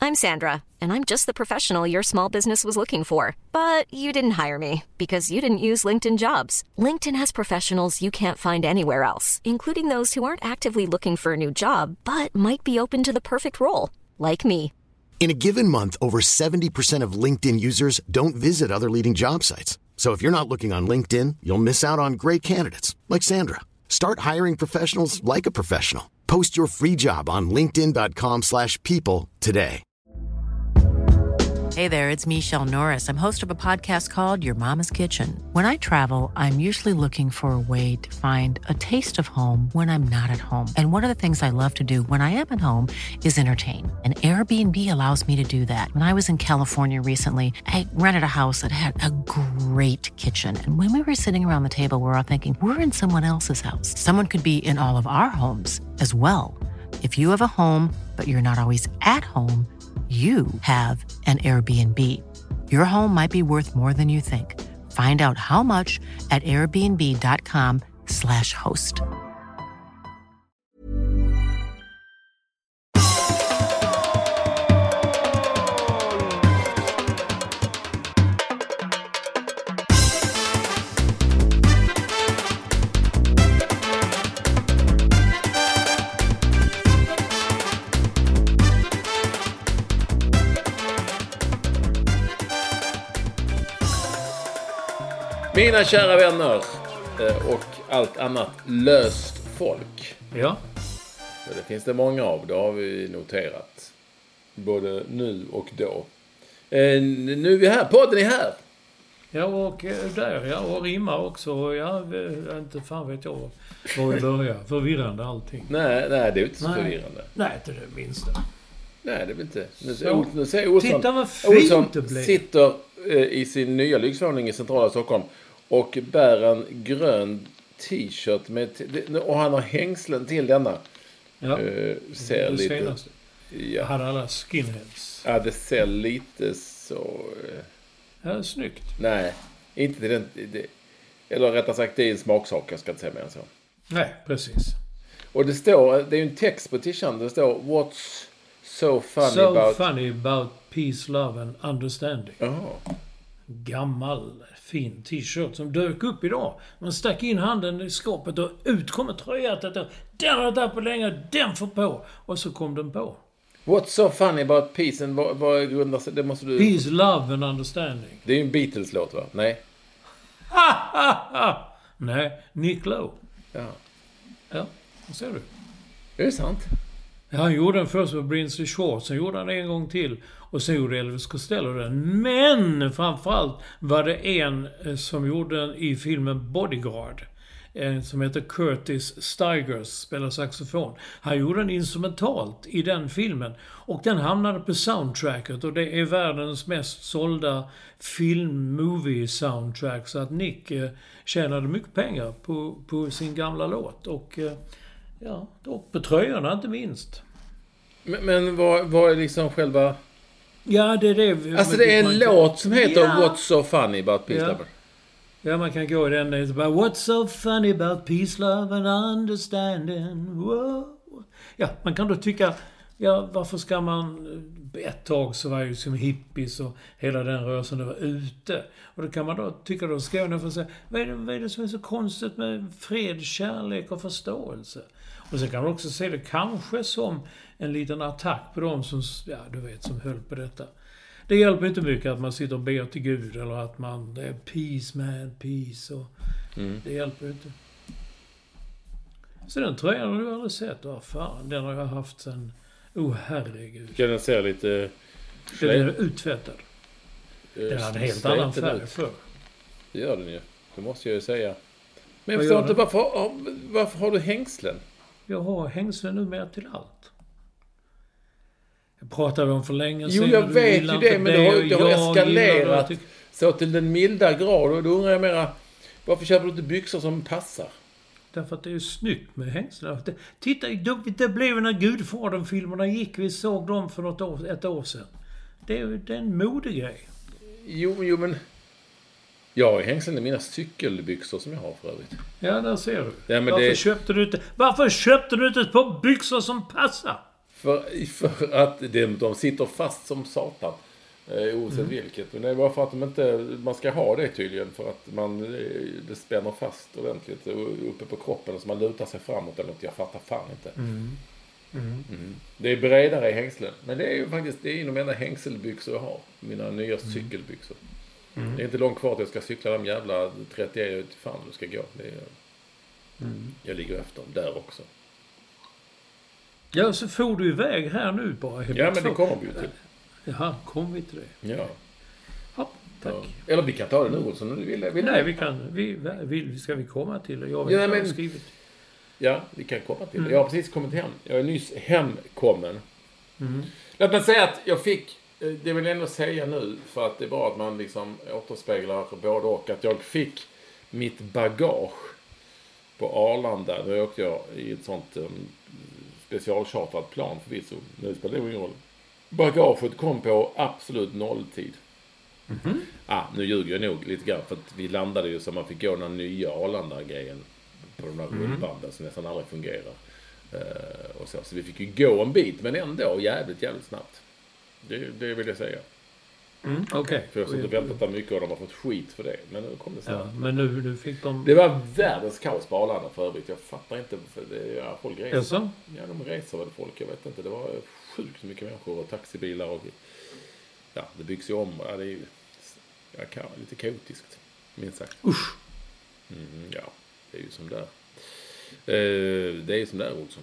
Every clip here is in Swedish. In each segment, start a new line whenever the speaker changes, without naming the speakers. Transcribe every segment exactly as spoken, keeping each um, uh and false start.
I'm Sandra, and I'm just the professional your small business was looking for. But you didn't hire me because you didn't use LinkedIn Jobs. LinkedIn has professionals you can't find anywhere else, including those who aren't actively looking for a new job, but might be open to the perfect role, like me.
In a given month, over seventy percent of LinkedIn users don't visit other leading job sites. So if you're not looking on LinkedIn, you'll miss out on great candidates like Sandra. Start hiring professionals like a professional. Post your free job on linkedin dot com slash people today.
Hey there, it's Michelle Norris. I'm host of a podcast called Your Mama's Kitchen. When I travel, I'm usually looking for a way to find a taste of home when I'm not at home. And one of the things I love to do when I am at home is entertain. And Airbnb allows me to do that. When I was in California recently, I rented a house that had a great kitchen. And when we were sitting around the table, we were all thinking, we're in someone else's house. Someone could be in all of our homes as well. If you have a home, but you're not always at home, you have an Airbnb. Your home might be worth more than you think. Find out how much at airbnb dot com slash host.
Mina kära vänner och allt annat löst folk.
Ja.
Det finns det många av, det har vi noterat. Både nu och då. Nu är vi här, podden är här.
Ja, och där, ja, och rimmar också. Ja, inte fan vet jag var vi börjar. Förvirrande allting.
Nej, nej, det är inte så
nej.
förvirrande.
Nej, inte det minsta.
Nej, det är inte. Nu,
så,
nu ser Olsson,
titta vad fint
Olsson
det blir.
sitter eh, i sin nya lyxvåning i centrala Stockholm och bär en grön t-shirt med t- och han har hängslen till denna.
Ja,
uh, ser
det
lite.
senaste.
Ja.
Jag hade alla skinheads.
Ja, det ser lite så... Uh,
ja, snyggt.
Nej, inte till den... Det, eller rättare sagt, det är en smaksak, jag ska inte säga mer än så.
Nej, precis.
Och det står, det är ju en text på t-shirten, det står What's so funny
so
about...
So funny about peace, love and understanding.
Oh.
Gammal, fin t-shirt som dök upp idag. Man stack in handen i skåpet och ut kommer tröjan. Den har jag där på länge, den får på. Och så kom den på.
What's so funny about peace and vad, vad grundar sig? Det måste du...
Peace, love and understanding.
Det är ju en Beatles-låt, va? Nej.
Nej, Nick Lowe.
Ja.
Ja, vad ser du?
Är det sant?
Ja, han gjorde den först med Brinsley Schwartz. Sen gjorde han en gång till. Och sen gjorde Elvis Costello den. Men framförallt var det en som gjorde den i filmen Bodyguard. En som heter Curtis Stigers, spelar saxofon. Han gjorde den instrumentalt i den filmen. Och den hamnade på soundtracket. Och det är världens mest sålda film-movie-soundtrack. Så att Nick eh, tjänade mycket pengar på, på sin gamla låt. Och... Eh, Ja, och på tröjorna inte minst.
Men, men vad, vad är liksom själva...
Ja, det är det...
Alltså det är en låt kan... som heter
ja.
What's so funny about peace,
ja.
love?
Ja, man kan gå i den. What's so funny about peace, love and understanding? Whoa. Ja, man kan då tycka... Ja, varför ska man... Ett tag så var ju som hippies och hela den rörelsen var ute. Och då kan man då tycka då ska jag få säga, vad är, det, vad är det som är så konstigt med fred, kärlek och förståelse? Och så kan man också se det kanske som en liten attack på dem som, ja du vet, som höll på detta. Det hjälper inte mycket att man sitter och ber till Gud eller att man, det är peace man, peace och mm. det hjälper inte. Så den tröjan har du aldrig sett, vad fan, den har jag haft sen, oh herregud.
Kan den se lite...
Den är utvättad. Den hade en helt annan färg för.
Det gör den ju, det måste jag ju säga. Men jag förstår inte, varför, varför har du hängslen?
Jag har hängslen nu med till allt. Jag pratade om för länge
sedan. Jo, jag vet ju det, men det har, det har eskalerat så till den milda grad. Och då undrar jag mera, varför köper du inte byxor som passar?
Därför att det är snyggt med hängslen. Titta, det blev när Gudfadern-filmerna gick. Vi såg dem för något år, ett år sedan. Det är, det är en modegrej.
Jo, jo, men... Jag har hängslen i mina cykelbyxor som jag har för övrigt.
Ja, där ser du.
Ja, men
varför,
det...
köpte du inte, varför köpte du inte ett par byxor som passar?
För, för att de, de sitter fast som satan. Eh, oavsett mm. vilket. Men det är bara för att de inte, man ska ha det tydligen. För att man, det spänner fast ordentligt uppe på kroppen. Så man lutar sig framåt eller något. Jag fattar fan inte.
Mm. Mm.
Mm. Det är bredare i hängslen. Men det är ju faktiskt, det är nog enda hängselbyxor jag har. Mina nya mm. cykelbyxor. Mm. Det är inte långt kvar att jag ska cykla de jävla trettio fan du ska gå. Det är, mm. Jag ligger efter där också.
Ja, så får du iväg här nu bara.
Ja, men det kommer vi ju till.
Jaha, kommer vi till det?
Ja.
Ja, tack.
Ja. Eller vi kan ta det nu så nu vill, vill
Nej, vi kan. Vi, vill, ska vi komma till det? Jag vet
ja,
vad
men,
skrivit.
Ja, vi kan komma till det.
Mm.
Jag har precis kommit hem. Jag är nyss hemkommen.
Mm.
Låt mig säga att jag fick, det vill jag ändå säga nu, för att det är bra att man liksom återspeglar både och, att jag fick mitt bagage på Arlanda. Då åkte jag i ett sånt um, specialchartrat plan förvisso. Nu spelar det ingen roll. Bagaget kom på absolut nolltid.
Mm-hmm.
Ah, nu ljuger jag nog lite grann, för att vi landade ju så man fick gå den här nya Arlanda-grejen på de där mm. rullbanden som nästan aldrig fungerar. Uh, och så. så vi fick ju gå en bit, men ändå jävligt, jävligt snabbt. Det, det vill jag säga.
Mm, okej. Okay.
För jag har suttit och väntat där mycket och de har fått skit för det. Men nu kom det snabbt.
Ja, men nu, nu fick de...
Det var världens kaos på Arlanda för övrigt. Jag fattar inte. För det, ja, folk reser.
Jaså?
Ja, de reser väl folk. Jag vet inte. Det var sjukt mycket människor och taxibilar. Och, ja, det byggs ju om. Ja, det är ju ja, lite kaotiskt. Minst sagt.
Usch.
Mm, ja, det är ju som där. Eh, det är ju som där också.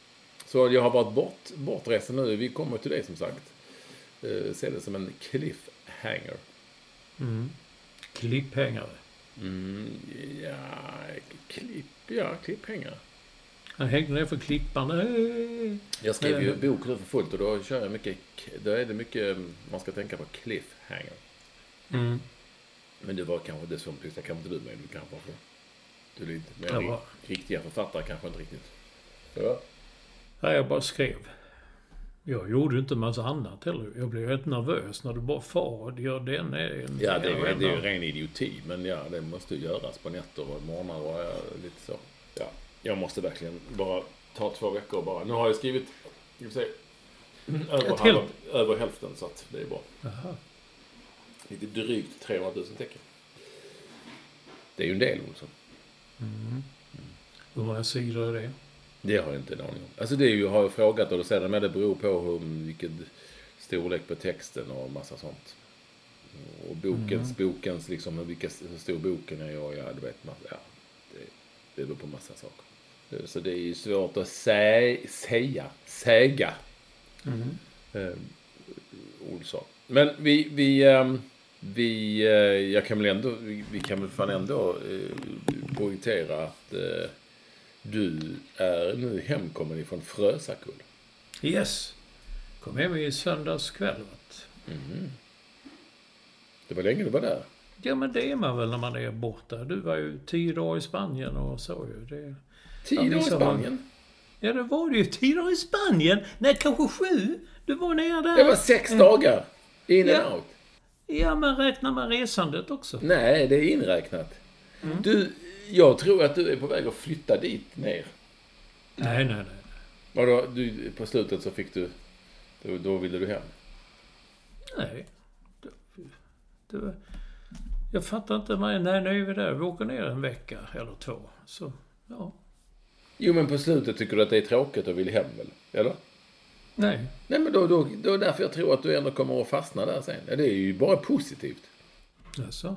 Så jag har varit bort, bortresa nu. Vi kommer till det som sagt. Eh, ser det som en cliffhanger.
Mm. Klipphängare.
Mm, ja, klipp, ja, klipphängare.
Han hängde ner för klipparna.
Jag skrev ju bok nu för fullt och då kör jag mycket, då är det mycket man ska tänka på cliffhanger.
Mm.
Men det var kanske det som det kan inte du med, du kanske du är lite mer
ja, var...
riktiga författare kanske inte riktigt. Ja.
Nej, jag bara skrev. Jag gjorde inte en massa annat heller. Jag blev rätt nervös när du bara far och gör den. En,
ja, det är, det är ju ren idioti. Men ja, det måste ju göras på nätter och morgnar och ja, lite så. Ja, jag måste verkligen bara ta två veckor och bara. Nu har jag skrivit jag säga, över, halv, över hälften så att det är bra.
Aha.
Lite drygt trehundratusen tecken. Det är ju en del också.
Mm. Mm. Hur många sidor är det?
Det har jag inte en aning om. Alltså det är ju, har jag frågat och då säger de att det beror på hur, vilket storlek på texten och massa sånt. Och bokens, mm. bokens liksom, hur, vilka, hur stor boken är och ja, du vet man, ja, det, det beror på massa saker. Så det är ju svårt att sä, säga, säga.
Mm.
Eh, Olsson. Men vi, vi, eh, vi eh, jag kan väl ändå, vi, vi kan väl fan ändå eh, poängtera att eh, du är nu hemkommen ifrån Frösakull.
Yes. Kom hem i söndagskväll.
Mm. Det var länge du var där.
Ja, men det är man väl när man är borta. Du var ju tio dagar i Spanien och så ju. Det...
Tio dagar i Spanien?
Man... Ja, det var det ju. Tio dagar i Spanien? Nej, kanske sju. Du var nere där.
Det var sex dagar. In
ja.
and out.
Ja, men räknar man resandet också?
Nej, det är inräknat. Mm. Du... Jag tror att du är på väg att flytta dit ner.
Nej, nej, nej.
Och då, du, på slutet så fick du... Då, då ville du hem.
Nej. Det, det, jag fattar inte. Men, nej, nu är vi där. Vi åker ner en vecka eller två. Så, ja.
Jo, men på slutet tycker du att det är tråkigt och vill hem, väl? Eller?
Nej.
Nej, men då, då, då är det därför jag tror att du ändå kommer att fastna där sen. Ja, det är ju bara positivt.
Jaså?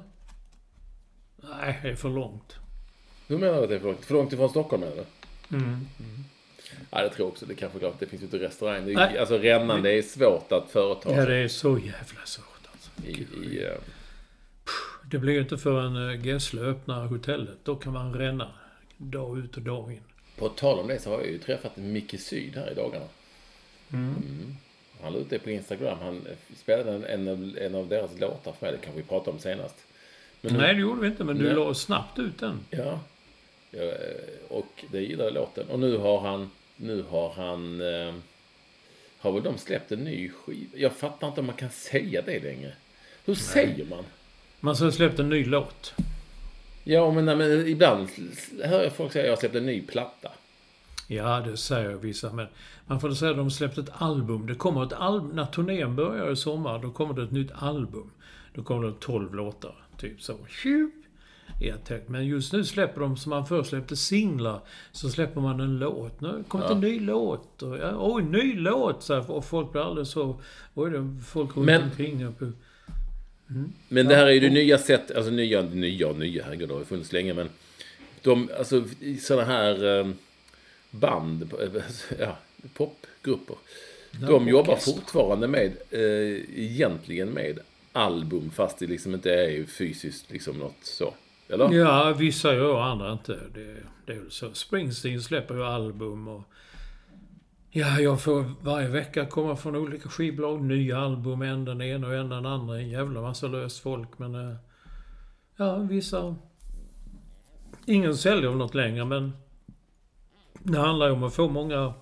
Nej, det är för långt.
Hur menar du att det är för långt? För långt ifrån Stockholm, eller?
Mm. Mm.
Ja, det tror jag också. Det kanske klart. Det finns ju inte restaurang. Det är, alltså rännan, det är svårt att företa.
Ja, det är så jävla svårt alltså.
I, i, uh...
Det blir ju inte förrän Gessle öppnar hotellet. Då kan man ränna dag ut och dag in.
På tal om det så har jag ju träffat Micke Syd här i dagarna.
Mm.
Mm. Han la ut det på Instagram. Han spelade en, en, av, en av deras låtar för mig. Det kan vi prata om senast. Men
Nej,
nu...
det gjorde vi inte. Men du la snabbt ut den.
Ja. ja. Och det gillar låten. Och nu har han... Nu har han... Eh, har väl de släppt en ny skiva? Jag fattar inte om man kan säga det längre. Hur Nej. säger man?
Man har släppt en ny låt.
Ja, men, men ibland hör jag folk säga att jag har släppt en ny platta.
Ja, det säger vissa, men man får säga att de släppte ett album. Det kommer ett album, när turnén börjar i sommar, då kommer det ett nytt album. Då kommer det tolv låtar, typ så. Men just nu släpper de, som man först släppte singlar, så släpper man en låt. Nu kommer ja. en ny låt. Och, ja, oj, ny låt! Så här, och folk blir alldeles så... Oj, det, folk runt men, omkring. Och, mm.
Men det här är ju det nya sätt, alltså nya, nya, nya, herregud, det har funnits länge, men de, alltså sådana här eh, band, ja, popgrupper, ja, de jobbar orkester. fortfarande med, eh, egentligen med album, fast det liksom inte är fysiskt liksom något så. Eller?
Ja, vissa gör, andra inte. Det, det är väl så. Springsteen släpper ju album och... Ja, jag får varje vecka komma från olika skivbolag, nya album, en den ena och en den andra. En jävla massa löst folk, men... Ja, vissa... Ingen säljer om något längre, men... Det handlar ju om att få många...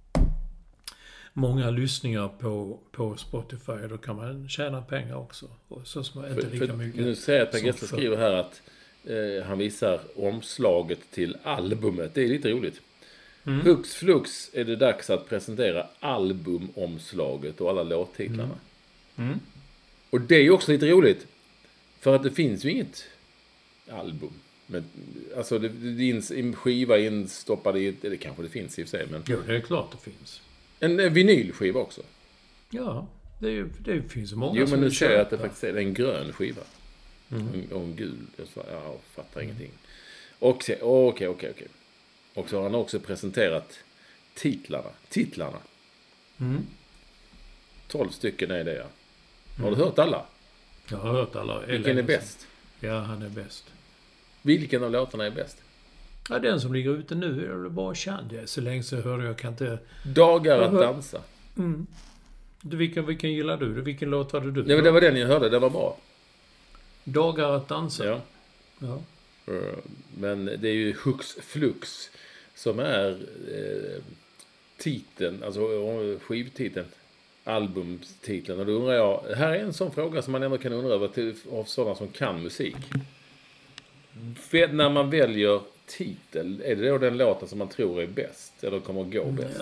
Många lyssningar på, på Spotify. Då kan man tjäna pengar också. Och så som inte lika för, mycket.
Nu ser jag att Per Gessle skriver här att eh, han visar omslaget till albumet. Det är lite roligt. Mm. Hux flux är det dags att presentera albumomslaget och alla låttitlarna. Mm. Mm. Och det är ju också lite roligt. För att det finns ju inget album. Men, alltså det, det är en skiva instoppad i... Eller kanske det finns i och för sig. Men...
Jo, det är klart det finns.
En, en vinylskiva också.
Ja, det, det finns många.
Jo, men nu ser jag att det faktiskt är en grön skiva. Mm. Och en gul. Jag ja, fattar mm. ingenting. Okej, okej, okej, okej. Och så har han också presenterat titlarna. Titlarna.
Mm.
tolv stycken är det, ja. Har mm. du hört alla?
Jag har hört alla.
Vilken är bäst?
Ja, han är bäst.
Vilken av låtarna är bäst?
Ja, den som ligger ute nu är det bara känd. Så länge så hörde jag kan inte...
Dagar att dansa.
Mm. Du, vilken, vilken gillar du? Vilken låt hade du?
Nej, men det var den jag hörde. Det var bra.
Dagar att dansa?
Ja.
Ja.
Men det är ju Hux Flux som är eh, titeln, alltså skivtiteln, albumtiteln. Och då undrar jag, här är en sån fråga som man ändå kan undra över till, av sådana som kan musik. När man väljer titel, är det då den låten som man tror är bäst eller kommer att gå bäst?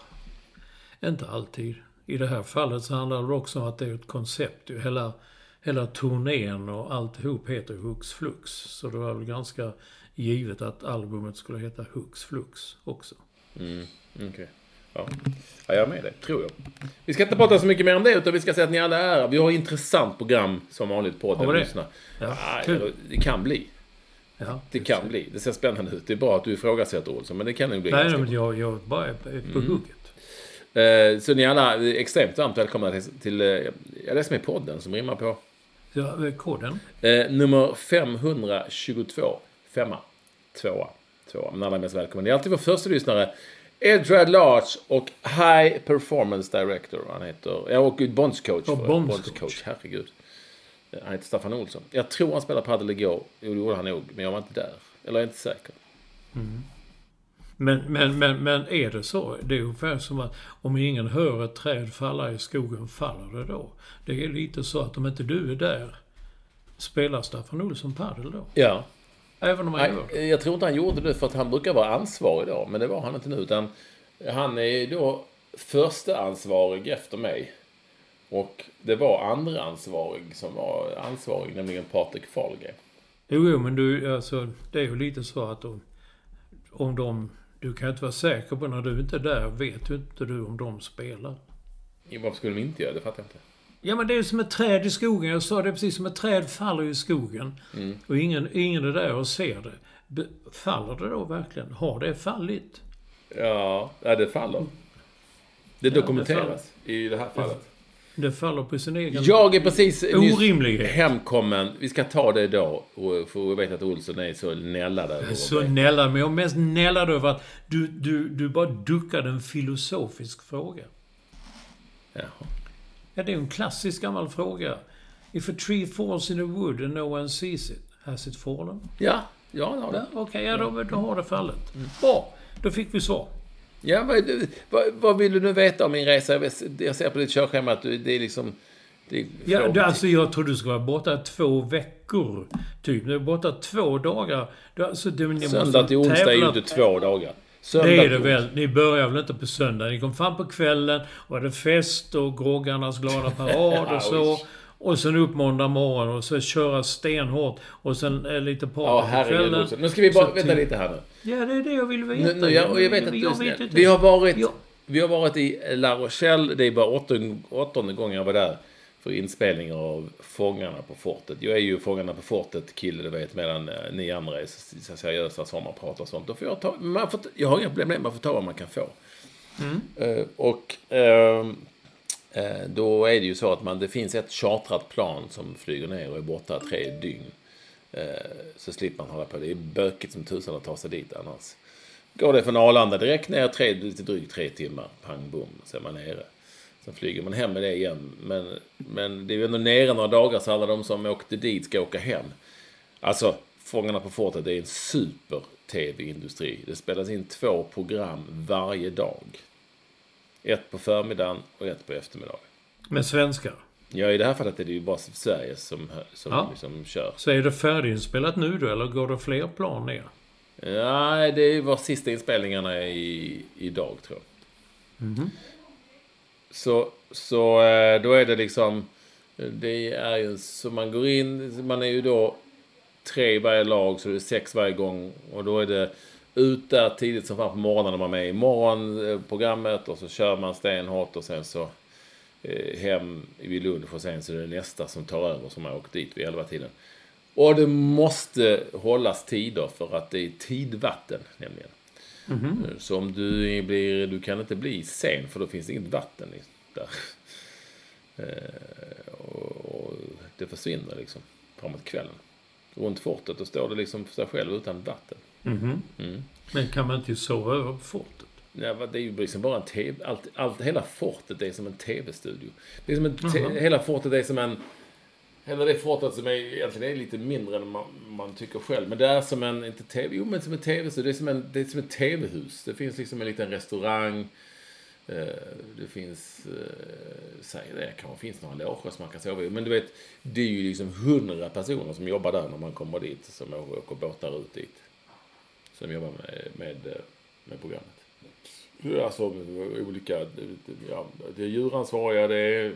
Ja, inte alltid. I det här fallet så handlar det också om att det är ett koncept. Hela, hela turnén och alltihop heter Hux Flux. Så det var väl ganska givet att albumet skulle heta Hux Flux också.
Mm, okej. Okay. Ja. Ja, jag är med det, tror jag. Vi ska inte prata så mycket mer om det, utan vi ska säga att ni alla är. Vi har ett intressant program som vanligt på att lyssna. Ja, ja, det kan bli.
Ja,
det kan bli. Det ser spännande ut. Det är bra att du ifrågasätter, Olsson, men det kan nog bli.
Nej, men jag, jag bara är på mm. hugget.
Eh, så ni alla är extremt varmt välkomna till, till eh, ja, det som är podden som rimmar på.
Ja, koden?
Eh, nummer femhundratjugotvå. Femma. Tvåa. Tvåa. Men alla är mest välkomna. Ni är alltid vår första lyssnare. Edred Large och High Performance Director. Han heter... Ja, och Bonds coach.
Och Bonds
coach. coach. Herregud. Han heter Staffan Olsson. Jag tror han spelar padel igår. Jo, det gjorde han nog. Men jag var inte där. Eller jag är inte säker.
Mm. Men, men, men, men är det så? Det är ungefär som att om ingen hör ett träd falla i skogen, faller det då. Det är lite så att om inte du är där, spelar Staffan Olsson padel då?
Ja.
Även om han
Nej,
gör det.
Jag tror inte han gjorde det för att han brukar vara ansvarig då. Men det var han inte nu. Utan han är då första ansvarig efter mig. Och det var andra ansvarig som var ansvarig, nämligen Patrik Fahlgren.
Jo, jo, men du, alltså, det är ju lite så att om, om de... Du kan inte vara säker på när du inte är där, vet du inte du om de spelar.
Ja, varför skulle de inte göra det? Fattar jag inte.
Ja, men det är som ett träd i skogen. Jag sa det precis, som ett träd faller i skogen. Mm. Och ingen, ingen är där och ser det. Faller det då verkligen? Har det fallit?
Ja, ja det faller. Det ja, dokumenteras det i det här fallet.
Det, det faller på sin egen...
Jag är precis
orimlighet.
Hemkommen. Vi ska ta det idag. Och för jag vet att Olsson är så nällad över.
Så nällad, men jag är mest nällad över att du, du, du bara duckade en filosofisk fråga.
Jaha.
Ja, det är en klassisk gammal fråga. If a tree falls in a wood and no one sees it, has it fallen?
Ja, ja, ja.
ja Okej, okay, ja, då, då har det fallit. Mm. Bra, då fick vi svar.
Ja, vad, vad, vad vill du nu veta om min resa? Jag ser på ditt körschema att det är liksom... Det är
ja, det, alltså jag tror du ska vara borta två veckor. Typ, du är borta två dagar. Du, alltså, du,
Söndag till onsdag är ju inte två dagar. Söndag,
det är det väl. Ni börjar väl inte på söndag. Ni kom fram på kvällen och det fest och groggarnas glada parad och så. Och sen upp måndag morgon och så köra stenhårt. Och sen eh, lite party
ja,
på kvällen.
Nu ska vi bara
så
vänta lite här nu.
Ja, det är det jag vill veta.
Nu, nu, jag, och jag vet att
jag
du,
vet inte.
vi har varit
Ja.
Vi har varit i La Rochelle. Det är bara åttonde, åttonde gången jag var där för inspelningar av Fångarna på fortet. Jag är ju Fångarna på fortet kille, du vet, medan eh, ni andra är så seriösa sommarpratar och sånt. Då får jag ta, man får, jag har inga problem, man får ta vad man kan få.
Mm.
Uh, och uh, uh, då är det ju så att man, det finns ett chartrat plan som flyger ner och är borta tre dygn. Uh, så slipper man hålla på. Det är bökigt som tusan att ta sig dit annars. Går det från Arlanda direkt ner tre, lite drygt tre timmar, pang bom, så är man nere. Sen flyger man hem med det igen. Men, men det är ju ändå nere några dagar så alla de som åkte dit ska åka hem. Alltså, Fångarna på fortet är en super-tv-industri. Det spelas in två program varje dag. Ett på förmiddagen och ett på eftermiddagen.
Med svenskar?
Ja, i det här fallet är det ju bara Sverige som, som
ja.
liksom kör.
Så är det färdiginspelat nu då, eller går det fler plan ner?
Nej, det var sista inspelningarna i, idag, tror jag.
Mm-hmm.
Så, så då är det liksom, det är ju så man går in, man är ju då tre i varje lag, så det är sex varje gång, och då är det ut där tidigt som fan på morgonen när man är med i morgonprogrammet, och så kör man stenhårt och sen så eh, hem vid lunch, och sen så är det nästa som tar över som har åkt dit vid elva tiden. Och det måste hållas tider för att det är tidvatten nämligen. Mm-hmm. Så om du blir, du kan inte bli sen för då finns det inget vatten där. Eh, och, och det försvinner liksom framåt kvällen. Runt fortet då står det liksom för sig själv utan vatten.
Mm-hmm.
Mm.
Men kan man inte sova över på fortet?
Ja, det är ju liksom bara en tv, allt, allt, hela fortet är som en tv-studio. Det är som en te, mm-hmm. Hela fortet är som en Hela det fortet som är egentligen är lite mindre än man, man tycker själv. Men det är som en, inte tv, jo men som en tv, så det är som en, det är som ett tv-hus. Det finns liksom en liten restaurang. Eh, det finns, eh, säg det, kanske finns några loger som man kan sova i. Men du vet, det är ju liksom hundra personer som jobbar där när man kommer dit. Som åker båtar ut dit. Som jobbar med, med, med programmet. Alltså olika, ja, det är djuransvariga, det är...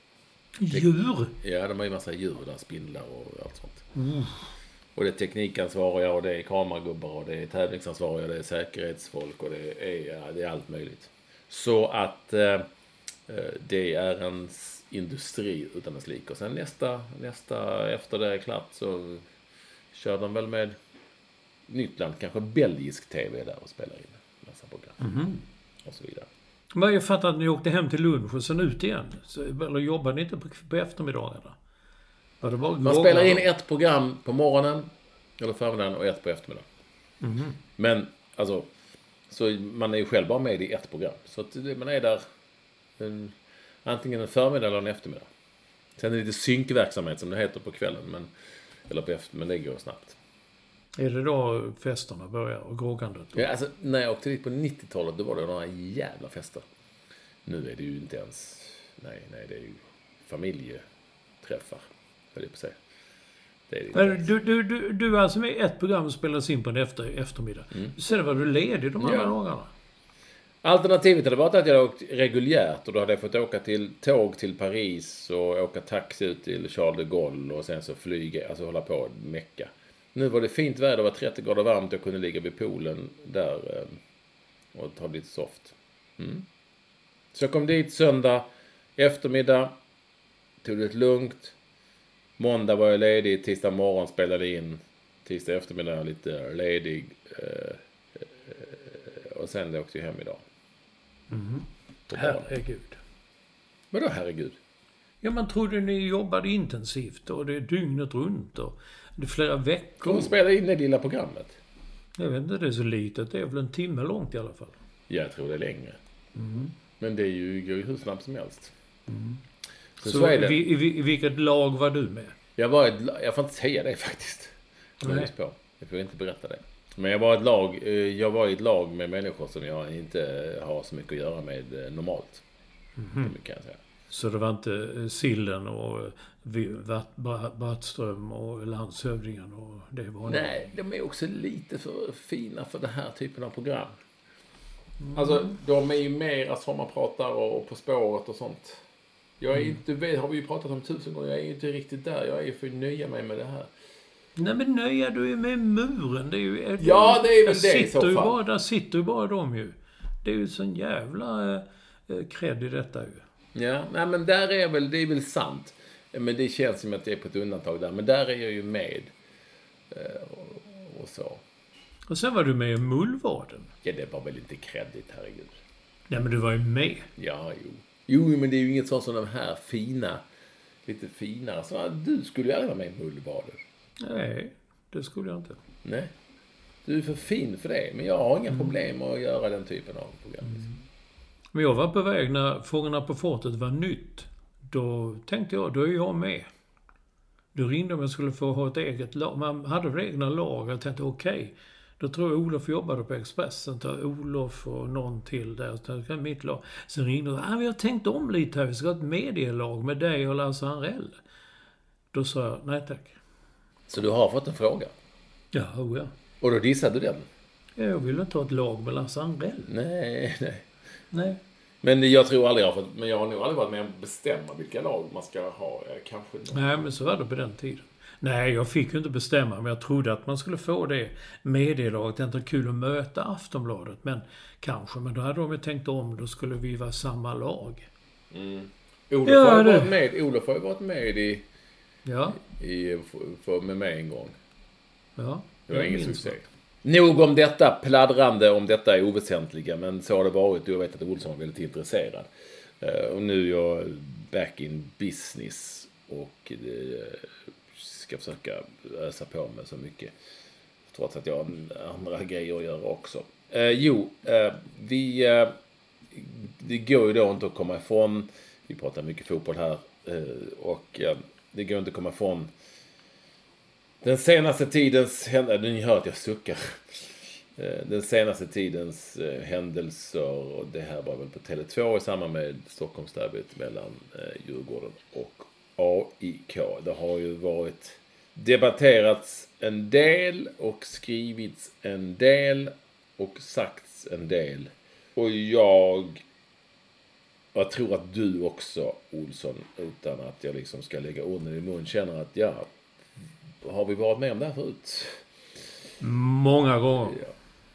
Djur?
Ja, de har ju massa djur där, spindlar och allt sånt.
Mm.
Och det är teknikansvariga, och det är kameragubbar, och det är tävlingsansvariga, det är säkerhetsfolk, och det är, ja, det är allt möjligt. Så att eh, det är en industri utan dess like. Och sen nästa, nästa, efter det är klart så kör de väl med Nyttland, kanske belgisk tv där och spelar in massa program. Mm-hmm. Och så vidare.
Men jag fattar att ni åkte hem till lunch och sen ut igen. Så, eller jobbade ni inte på, på eftermiddagarna? Var det bara
man spelar in ett program på morgonen eller förmiddagen och ett på eftermiddagen. Mm-hmm. Men alltså, så man är ju själv bara med i ett program. Så att man är där en, antingen en förmiddag eller en eftermiddag. Sen är det lite synkverksamhet som det heter på kvällen. Men, eller på efter, men det går snabbt.
Är det då festerna börjar och groggandet?
Ja, alltså, när jag åkte dit på nittiotalet då var det några jävla fester. Nu är det ju inte ens... Nej, nej, det är ju familjeträffar. Vad är det på sig? Det är det
Men du, du, du, du är alltså med ett program och spelas in på en efter, eftermiddag. Mm. Sen var du ledig de andra
ja.
dagarna.
Alternativet hade varit att jag hade åkt reguljärt och då hade jag fått åka till tåg till Paris och åka taxi ut till Charles de Gaulle och sen så flyga, alltså hålla på och mecka. Nu var det fint väder, det var trettio grader varmt, jag kunde ligga vid poolen där och ta lite soft. Mm. Så jag kom dit söndag eftermiddag, tog det lugnt. Måndag var jag ledig, tisdag morgon spelade in, tisdag eftermiddag lite ledig och sen åkte jag hem idag.
Mm. Herregud.
Vadå herregud?
Ja, man trodde ni jobbade intensivt och det är dygnet runt och det är flera veckor.
De spelar in det lilla programmet.
Jag vet inte, det är så litet. Det är väl en timme långt i alla fall.
Jag tror det är längre.
Mm.
Men det är ju, går ju hur snabbt som helst.
Mm.
Så,
så,
så är det.
I, i, i vilket lag var du med?
Jag var ett, jag får inte säga det faktiskt.
Nej.
På. Jag får inte berätta det. Men jag var ett lag, jag var i ett lag med människor som jag inte har så mycket att göra med normalt. Mm. Det kan jag säga.
Så det var inte Sillen och Battström och landshövdingen och det var...
Nej, de är också lite för fina för den här typen av program.
Mm.
Alltså, de är ju mer som man pratar och På spåret och sånt. Jag är mm. inte, har vi ju pratat om tusen gånger, jag är inte riktigt där. Jag är ju för att nöja mig med det här.
Nej, men nöja du är med muren. Det är ju, är
ja, det är väl det i så fall.
Bara, där sitter ju bara de ju. Det är ju sån jävla eh, cred i detta ju.
Ja, nej men där är väl, det är väl sant. Men det känns som att jag är på ett undantag där. Men där är jag ju med. Och, och så.
Och sen var du med i Mullvaden.
Ja, det var väl inte kredit, herregud.
Nej, men du var ju med.
Ja, jo. Jo, men det är ju inget sånt som de här fina, lite finare. Så du skulle ju aldrig vara med i Mullvaden.
Nej, det skulle jag inte.
Nej. Du är för fin för det. Men jag har inga mm. problem med att göra den typen av program. Mm.
Men jag var på väg när Fångarna på fortet var nytt. Då tänkte jag, då är jag med. Då ringde om jag skulle få ha ett eget lag. Man hade väl egna lag. Jag tänkte okej. Okay. Då tror jag Olof jobbade på Expressen. Ta Olof och någon till där. Så det mitt lag. Sen ringde jag. Ah, vi har tänkt om lite här. Vi ska ha ett medielag med dig och Lasse Anrell. Då sa jag, nej tack.
Så du har fått en fråga?
Ja, oh ja.
Och då dissade du den?
Ja, jag ville inte ha ett lag med Lasse Anrell.
Nej, nej.
Nej.
Men jag tror aldrig jag har fått, men jag har nog aldrig varit med att bestämma vilka lag man ska ha. Kanske någon.
Nej, men så var det på den tiden. Nej, jag fick ju inte bestämma, men jag trodde att man skulle få det medielaget. Det är inte kul att möta Aftonbladet, men kanske. Men då hade de ju tänkt om, då skulle vi vara samma lag.
Mm. Olof ja, har varit med, Olof har ju varit med i,
ja.
i för, med mig en gång.
Ja,
det var ingen succé. Nog om detta, pladdrande om detta är oväsentliga, men så har det varit. Jag vet att Olsson var väldigt intresserad. Uh, och nu är jag back in business och uh, ska försöka ösa på med så mycket. Trots att jag har andra grejer att göra också. Uh, jo, uh, vi, uh, det går ju då inte att komma ifrån, vi pratar mycket fotboll här, uh, och uh, det går inte att komma ifrån den senaste tidens händelser, ni hör att jag suckar. Den senaste tidens händelser, och det här var väl på Tele två i samband med Stockholmsderbyt mellan Djurgården och A I K. Det har ju varit debatterats en del och skrivits en del och sagts en del. Och jag, jag tror att du också, Olsson, utan att jag liksom ska lägga orden i mun, känner att ja, har vi varit med om det här förut?
Många gånger.
Ja.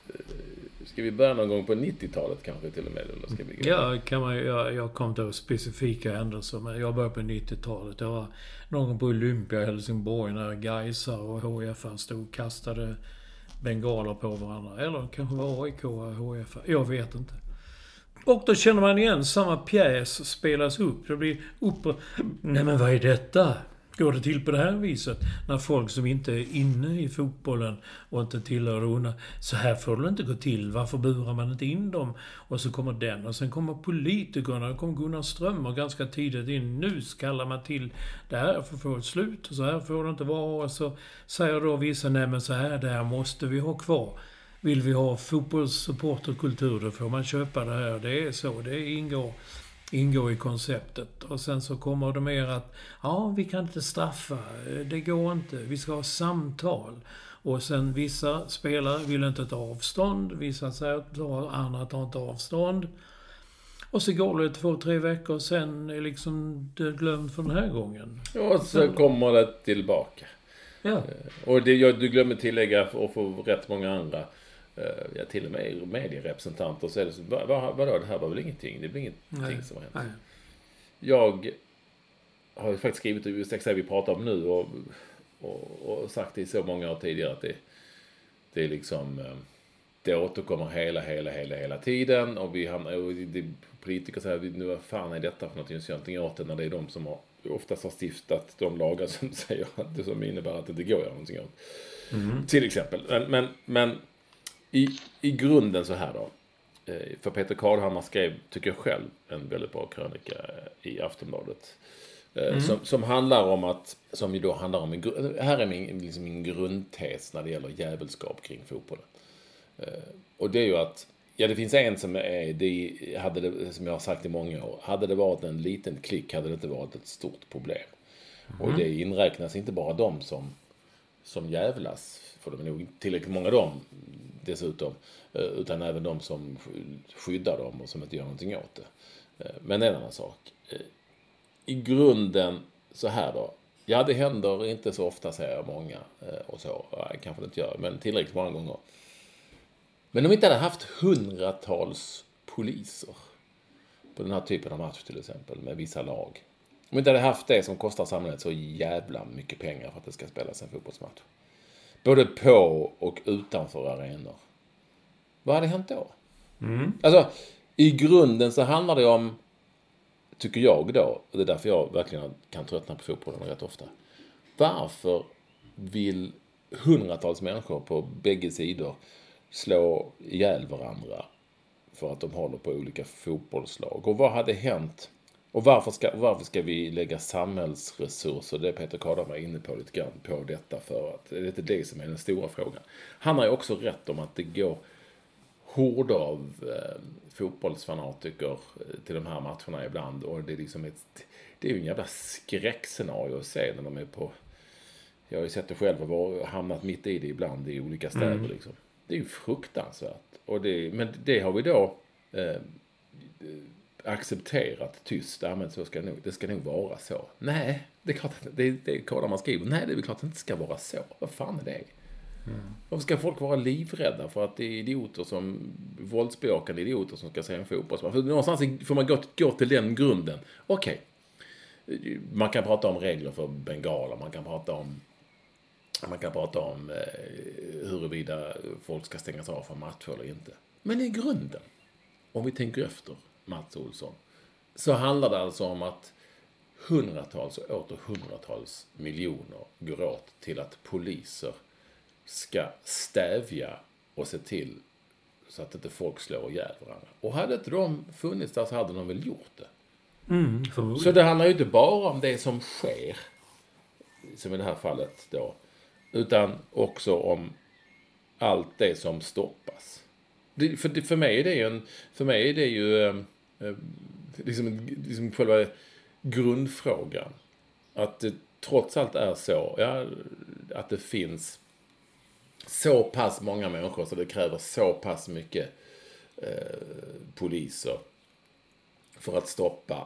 Ska vi börja någon gång på nittiotalet kanske till och med? Eller ska vi
ja, kan man, jag, jag kom till specifika händelser, men jag började på nittiotalet. Det var någon gång på Olympia i Helsingborg när Gaisar och H F stod och kastade bengaler på varandra. Eller kanske var A I K och H F. Jag vet inte. Och då känner man igen samma pjäs spelas upp. Det blir upp och... Nej, men vad är detta? Går det till på det här viset? När folk som inte är inne i fotbollen och inte tillhör undrar, så här får det inte gå till. Varför burar man inte in dem? Och så kommer den. Och sen kommer politikerna. Och kommer Gunnar Strömmer ganska tidigt in. Nu kallar man till det här för att få ett slut. Och så här får det inte vara. Och så säger då vissa, nej men så här, det här måste vi ha kvar. Vill vi ha fotbollssupporterkultur, då får man köpa det här. Det är så. Det ingår... ingår i konceptet. Och sen så kommer det mer att ja, vi kan inte straffa, det går inte, vi ska ha samtal. Och sen vissa spelare vill inte ta avstånd, vissa säger att andra tar inte avstånd. Och så går det två, tre veckor och sen är liksom det glömt för den här gången.
Och så kommer det tillbaka.
Ja.
Och det, du glömmer tillägga och få rätt många andra. Ja, till och med medierepresentanter så är det så, vad, vad, vadå, det här var väl ingenting, det blir ingenting nej, som har hänt. Nej. Jag har faktiskt skrivit just exakt vi pratar om nu och, och, och sagt det i så många år tidigare att det, det är liksom det återkommer hela, hela, hela, hela tiden och vi hamnar, och det, politiker säger nu vad fan är detta för någonting, så någonting åt det när det är de som har, oftast har stiftat de lagar som säger att det som innebär att det inte går att göra någonting åt. Mm. Till exempel. Men, men, men I, I grunden så här då. För Peter Karlhammar skrev, tycker jag själv, en väldigt bra krönika i Aftonbladet. Mm. Som, som handlar om att, som ju då handlar om, en, här är min, liksom min grundtes när det gäller jävelskap kring fotbollen. Och det är ju att, ja det finns en som är, det hade det, som jag har sagt i många år, hade det varit en liten klick hade det inte varit ett stort problem. Mm. Och det inräknas inte bara de som som jävlas, för de är nog tillräckligt många av dem dessutom, utan även de som skyddar dem och som inte gör någonting åt det. Men en annan sak. I grunden så här då. Ja, det händer inte så ofta, säger många och så. Ja, kanske det inte gör, men tillräckligt många gånger. Men om vi inte hade haft hundratals poliser på den här typen av match till exempel, med vissa lag. Om vi inte hade haft det som kostar samhället så jävla mycket pengar för att det ska spelas en fotbollsmatch. Både på och utanför arenor. Vad hade hänt då? Mm. Alltså, i grunden så handlar det om, tycker jag då, och det är därför jag verkligen kan tröttna på fotbollen rätt ofta. Varför vill hundratals människor på bägge sidor slå ihjäl varandra för att de håller på olika fotbollslag? Och vad hade hänt? Och varför ska, varför ska vi lägga samhällsresurser, det Peter Kadar var inne på lite grann, på detta, för att det är inte det som är den stora frågan. Han har ju också rätt om att det går hord av eh, fotbollsfanatiker till de här matcherna ibland, och det är liksom ett, det är ju en jävla skräckscenario att se när de är på, jag har ju sett det själv och hamnat mitt i det ibland i olika städer mm. liksom. Det är ju fruktansvärt. Och det, men det har vi då eh, accepterat tyst. Ja, men så ska nog, det ska nog vara så. Nej, det är klart att det, det är klart man skriver. Nej, det är klart att det inte ska vara så. Vad fan är det? Mm. Varför ska folk vara livrädda för att det är idioter som, våldsbejakande idioter som ska säga en fotbollsmatch? För någonstans får man gå, gå till den grunden. Okej. Okay. Man kan prata om regler för bengaler. Man kan prata om Man kan prata om eh, huruvida folk ska stängas av för matcher eller inte. Men i grunden, om vi tänker efter, Mats Olsson, så handlar det alltså om att hundratals och åter hundratals miljoner går åt till att poliser ska stävja och se till så att inte folk slår ihjäl varandra. Och hade inte de funnits där så hade de väl gjort det. Mm, så det handlar ju inte bara om det som sker, som i det här fallet då, utan också om allt det som stoppas. Det, för, det, för mig är det ju en, för mig är det ju eh, liksom, liksom själva grundfrågan. Att det trots allt är så, ja, att det finns så pass många människor så det kräver så pass mycket eh, poliser för att stoppa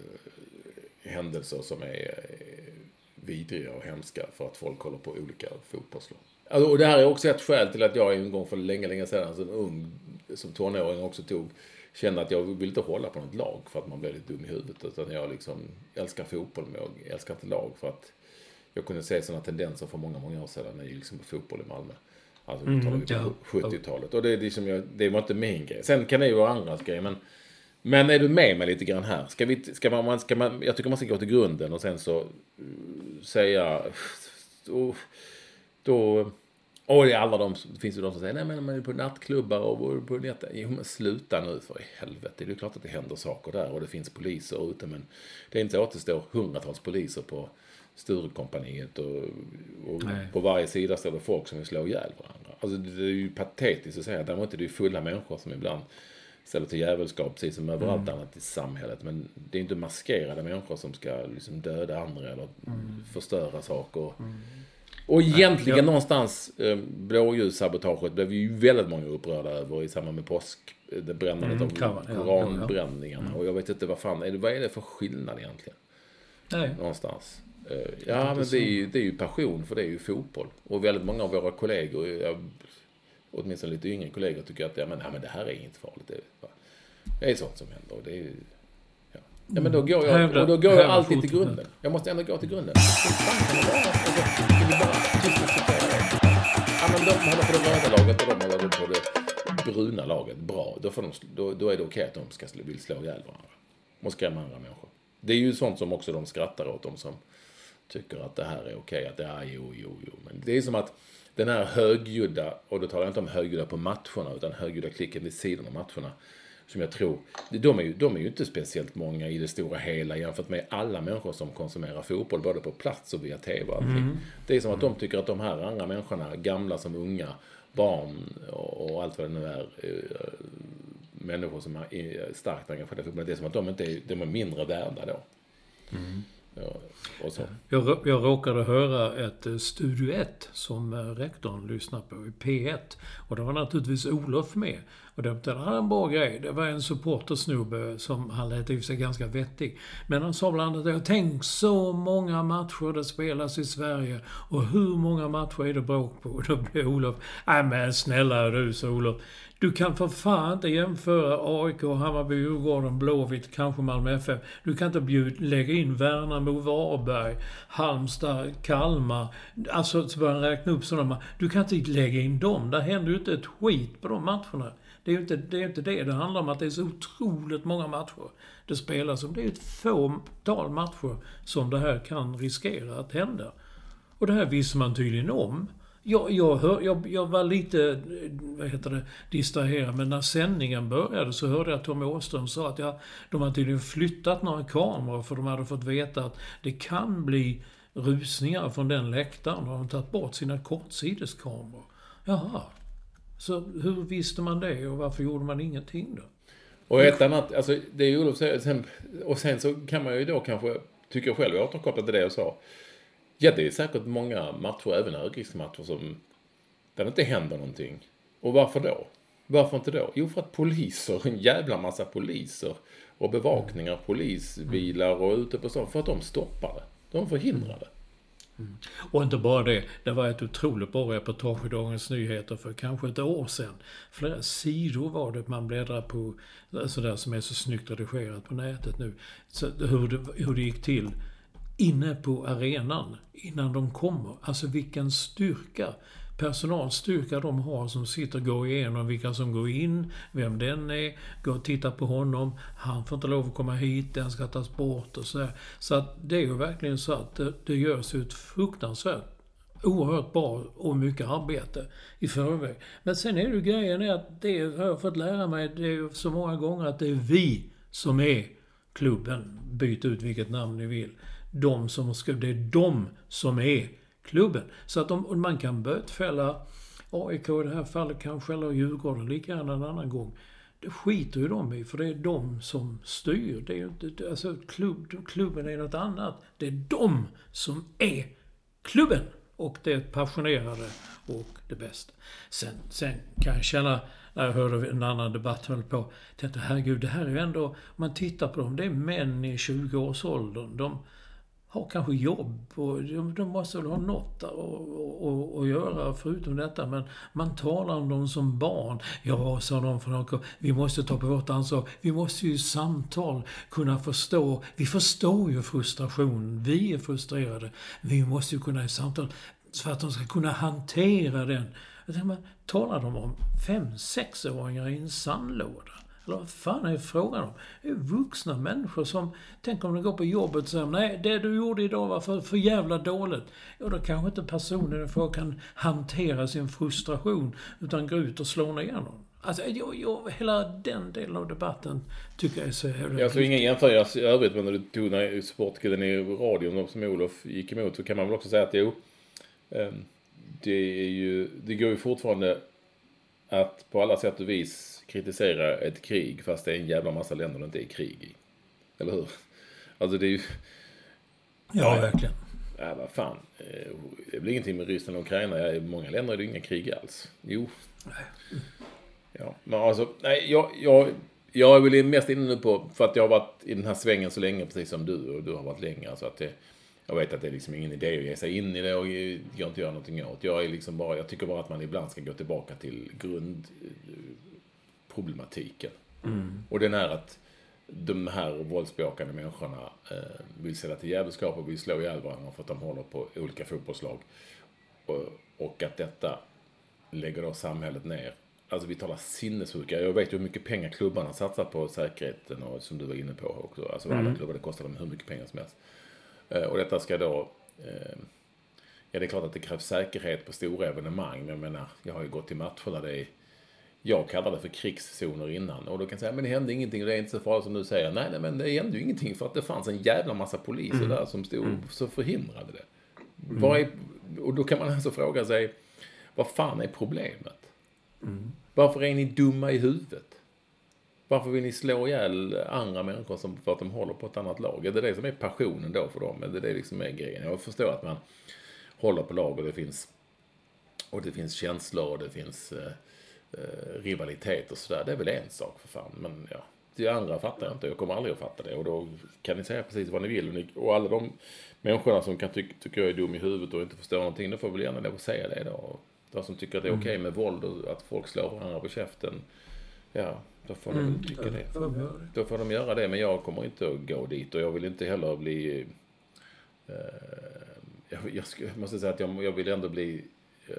eh, händelser som är eh, vidriga och hemska för att folk håller på olika fotbollslag. Alltså, och det här är också ett skäl till att jag en gång för länge, länge sedan som ung, som tonåring också tog, kände att jag vill inte hålla på något lag för att man blir lite dum i huvudet, utan jag liksom älskar fotboll men jag älskar inte lag, för att jag kunde se sådana tendenser för många, många år sedan när jag gick liksom på fotboll i Malmö. Alltså mm, talar vi på ja. sjuttiotalet. Och det är liksom jag, det var inte min grej. Sen kan det ju vara andras grej, men Men är du med mig lite grann här? Ska vi, ska man, ska man, jag tycker man ska gå till grunden och sen så uh, säga då, då och det är alla de, det finns ju de som säger nej men man är på nattklubbar och på nätet. Jo men sluta nu för i helvete. Det är ju klart att det händer saker där och det finns poliser ute, men det är inte så att det står hundratals poliser på Sturekompaniet och, och på varje sida står det folk som vill slå ihjäl varandra. Alltså det är ju patetiskt att säga. Däremot är det ju fulla människor som ibland ställer till jävelskap, precis som överallt mm. annat i samhället. Men det är inte maskerade människor som ska liksom döda andra eller mm. förstöra saker. Mm. Och egentligen ja. någonstans eh, blåljussabotaget blev ju väldigt många upprörda över i samband med påsk, det brännandet mm, av koranbränningarna. Ja, ja. Och jag vet inte vad fan, är det, vad är det för skillnad egentligen? Nej. Någonstans. Uh, ja, men det är, ju, det är ju passion, för det är ju fotboll. Och väldigt många av våra kollegor, jag, åtminstone lite yngre kollegor, tycker att ja, men, ja, men det här är inte farligt. Det är, det är sånt som händer. Och det är ju, ja. ja, men då går jag, och då går jag alltid till grunden. Jag måste ändå gå till grunden. Ja, men de håller på det röda laget och de håller på det bruna laget. Bra. Då, får de, då, då är det okej att de ska vill slå ihjäl varandra. Och skrämma andra människor. Det är ju sånt som också de skrattar åt, de som tycker att det här är okej, att det är jo, jo, jo. Men det är som att den här högljudda, och då talar jag inte om högljudda på matcherna, utan högljudda klicken vid sidan av matcherna, som jag tror, de är, ju, de är ju inte speciellt många i det stora hela jämfört med alla människor som konsumerar fotboll, både på plats och via tv och allting. Mm. Det är som att de tycker att de här andra människorna, gamla som unga, barn och, och allt vad det nu är, människor som är starkt engagerade i fotboll, det är som att de inte är, de är mindre värda då. Mm. Ja, och så.
Jag, jag råkade höra ett Studio ett som rektorn lyssnade på i P ett. Och det var naturligtvis Olof med. Och det var en bra grej. Det var en supportersnubbe som han lät i sig ganska vettig. Men han sa bland annat, tänk så många matcher det spelas i Sverige. Och hur många matcher är det bråk på? Och då blev Olof, nej men snälla du, sa Olof. Du kan för fan inte jämföra A I K, Hammarby, Djurgården, Blåvitt, kanske Malmö F F. Du kan inte bjud, lägga in Värnamo, Varberg, Halmstad, Kalmar. Alltså så börjar räkna upp sådana. Du kan inte lägga in dem. Där händer ju inte ett skit på de matcherna. Det är ju inte det, är inte det. Det handlar om att det är så otroligt många matcher det spelas om. Det är ett fåtal matcher som det här kan riskera att hända. Och det här visste man tydligen om. Jag, jag, hör, jag, jag var lite vad heter det, distraherad, men när sändningen började så hörde jag att Tommy Åström sa att ja, de har tydligen flyttat några kameror för de hade fått veta att det kan bli rusningar från den läktaren och de har tagit bort sina kortsideskameror. Jaha, så hur visste man det och varför gjorde man ingenting då?
Och ett annat, alltså det är ju Olof säger, och sen så kan man ju då kanske, tycker jag själv, jag återkopplat till det jag sa. Ja, det är säkert många matcher, även Örgriksmatcher, som där det inte händer någonting. Och varför då? Varför inte då? Jo, för att poliser, en jävla massa poliser och bevakningar, polisbilar och ute på sånt, för att de stoppar det. De förhindrar det.
Mm. Och inte bara det. Det var ett otroligt bra reportage i Dagens Nyheter för kanske ett år sedan. Flera sidor var det man bläddrar på, sådär som är så snyggt redigerat på nätet nu. Så hur det, hur det gick till inne på arenan innan de kommer. Alltså vilken styrka, personalstyrka de har som sitter och går igenom vilka som går in, vem den är, går och tittar på honom. Han får inte lov att komma hit, den ska tas bort och så här. Så att det är ju verkligen så att det, det görs ett fruktansvärt, oerhört bra och mycket arbete i förväg. Men sen är det ju grejen är att det har jag fått lära mig, det är ju så många gånger att det är vi som är klubben. Byt ut vilket namn ni vill. De som ska, det är de som är klubben. Så att om man kan bötfälla A I K i det här fallet, kanske eller Djurgården lika gärna en annan gång. Det skiter ju de i, för det är de som styr. Det är ju inte, alltså klubb, klubben är något annat. Det är de som är klubben. Och det är passionerade och det bästa. Sen, sen kan jag känna, när jag hörde en annan debatt höll på, tänkte herregud, det här är ju ändå, om man tittar på dem, det är män i tjugo-årsåldern. De har kanske jobb och de, de måste väl ha något att göra förutom detta. Men man talar om dem som barn. Ja, sa de från A K, vi måste ta på vårt ansvar. Vi måste ju i samtal kunna förstå. Vi förstår ju frustration. Vi är frustrerade. Vi måste ju kunna i samtal för att de ska kunna hantera den. Jag tänker, man talar de om fem, sexåringar i en sandlåda? Eller vad fan är frågan om? Det är vuxna människor som, tänk om de går på jobbet och säger, nej, det du gjorde idag var för, för jävla dåligt. Ja, då kanske inte personen för kan hantera sin frustration utan gå ut och slå ner någon. Alltså, jag, jag, hela den delen av debatten tycker jag är så jävla...
Jag tror ingen jämförelse i övrigt, men när du tog när sportkillen i radion som Olof gick emot, så kan man väl också säga att jo, det är ju, det går ju fortfarande att på alla sätt och vis kritisera ett krig fast det är en jävla massa länder det inte är krig i. Eller hur? Alltså det är ju...
Ja, ja verkligen.
Ja, vad fan. Det blir ingenting med Ryssland och Ukraina. I många länder är det inga krig alls. Jo.
Nej.
Ja, men alltså, nej, jag, jag, jag är väl mest inne nu på, för att jag har varit i den här svängen så länge, precis som du, och du har varit länge, alltså att det, jag vet att det är liksom ingen idé att ge sig in i det och jag inte göra någonting åt. Jag är liksom bara, jag tycker bara att man ibland ska gå tillbaka till grundproblematiken. Mm. Och den är att de här våldsbejakande människorna eh, vill ställa till jävelskap och vill slå ihjäl varandra för att de håller på olika fotbollslag. Och, och att detta lägger då samhället ner. Alltså vi talar sinnessjuka. Jag vet ju hur mycket pengar klubbarna satsar på säkerheten och som du var inne på också. Alltså mm. alla klubbar, det kostar dem hur mycket pengar som helst. Eh, och detta ska då... Eh, ja, det är klart att det krävs säkerhet på stora evenemang. Men jag menar, jag har ju gått till matcher där det är... Jag kallar det för krigszoner innan. Och då kan jag säga, men det hände ingenting och det är inte så farligt som du säger. Nej, nej, men det hände ju ingenting för att det fanns en jävla massa poliser mm. där som stod mm. så förhindrade det. Mm. Vad är, och då kan man alltså fråga sig, vad fan är problemet? Mm. Varför är ni dumma i huvudet? Varför vill ni slå ihjäl andra människor som, för att de håller på ett annat lag? Är det det som är passionen då för dem? Är det det liksom är grejen? Jag förstår att man håller på lag och det finns, och det finns känslor och det finns eh, eh, rivalitet och sådär. Det är väl en sak för fan. Men ja, det andra fattar jag inte. Jag kommer aldrig att fatta det. Och då kan ni säga precis vad ni vill. Och, ni, och alla de människorna som kan tycka, tycker jag är dum i huvudet och inte förstår någonting, då får väl gärna lov att säga det då. Och de som tycker att det är okej okay med våld och att folk slår varandra på käften, ja, då får de mm, tycka det. det. Då får de göra det, men jag kommer inte att gå dit och jag vill inte heller bli eh, jag, jag, jag måste säga att jag, jag vill ändå bli eh,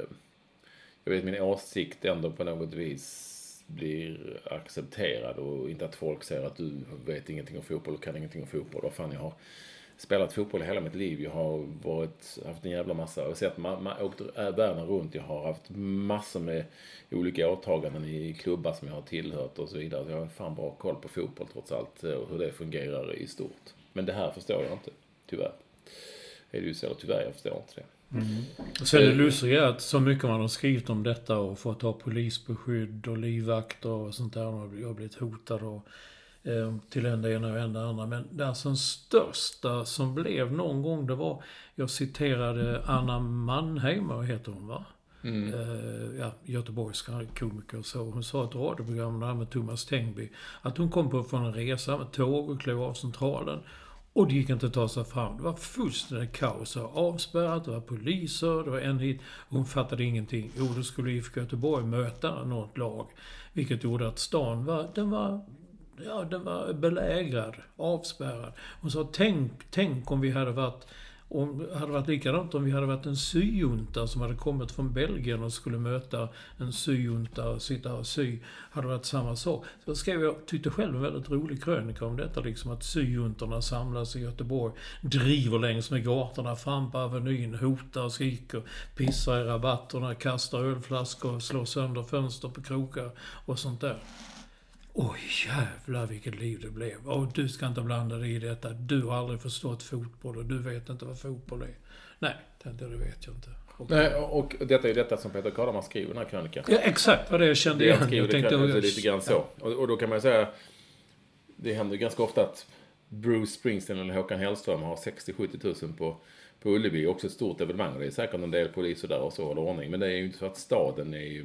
jag vet min åsikt ändå på något vis blir accepterad och inte att folk säger att du vet ingenting om fotboll och kan ingenting om fotboll. Vad fan, jag har spelat fotboll hela mitt liv. Jag har varit, haft en jävla massa, jag har sett ma- ma- åkt världen runt. Jag har haft massor med olika åtaganden i klubbar som jag har tillhört och så vidare. Så jag har fan bra koll på fotboll trots allt och hur det fungerar i stort. Men det här förstår jag inte, tyvärr. Är det ju så, tyvärr, jag förstår inte det.
Mm. Och sen är det lustigt att så mycket man har skrivit om detta och fått ha polisbeskydd och livvakt och sånt där. Och jag har blivit hotad och eh, till en det ena och en det andra. Men det alltså den största som blev någon gång, det var, jag citerade Anna Mannheimer, heter hon va? Mm. Eh, ja, göteborgska komiker och så. Hon sa ett radioprogram där med Thomas Tengby att hon kom på från en resa med tåg och klev av Centralen. Och det gick inte att ta sig fram. Det var fullständigt kaos. Det var avspärrat, det var poliser, det var en hit. Hon fattade ingenting. Jo, då skulle I F K Göteborg möta något lag. Vilket gjorde att stan var, den var, ja, den var belägrad, avspärrad. Hon sa, tänk, tänk om vi hade varit... Om det hade varit likadant om vi hade varit en syjunta som hade kommit från Belgien och skulle möta en syjunta och sitta och sy. Hade varit samma sak. Så skrev jag, tyckte själv en väldigt rolig krönika om detta. Liksom att syjuntorna samlas i Göteborg, driver längs med gatorna fram på Avenyn, hotar och skriker, pissar i rabatterna, kastar ölflaskor, slår sönder fönster på krokar och sånt där. Oj, jävlar vilket liv det blev. Och du ska inte blanda dig i detta. Du har aldrig förstått fotboll och du vet inte vad fotboll är. Nej, det, det vet jag inte. Okay.
Nej, och detta är detta som Peter Karlman skriver i den här krönikan.
Ja, exakt vad det jag kände igen.
Jag tänkte det jag... lite grann så. Ja. Och, och då kan man säga, det händer ganska ofta att Bruce Springsteen eller Håkan Hellström har sextio till sjuttio tusen på, på Ullevi. Också ett stort evenemang. Det är säkert en del poliser där och så håller ordning. Men det är ju inte så att staden är ju,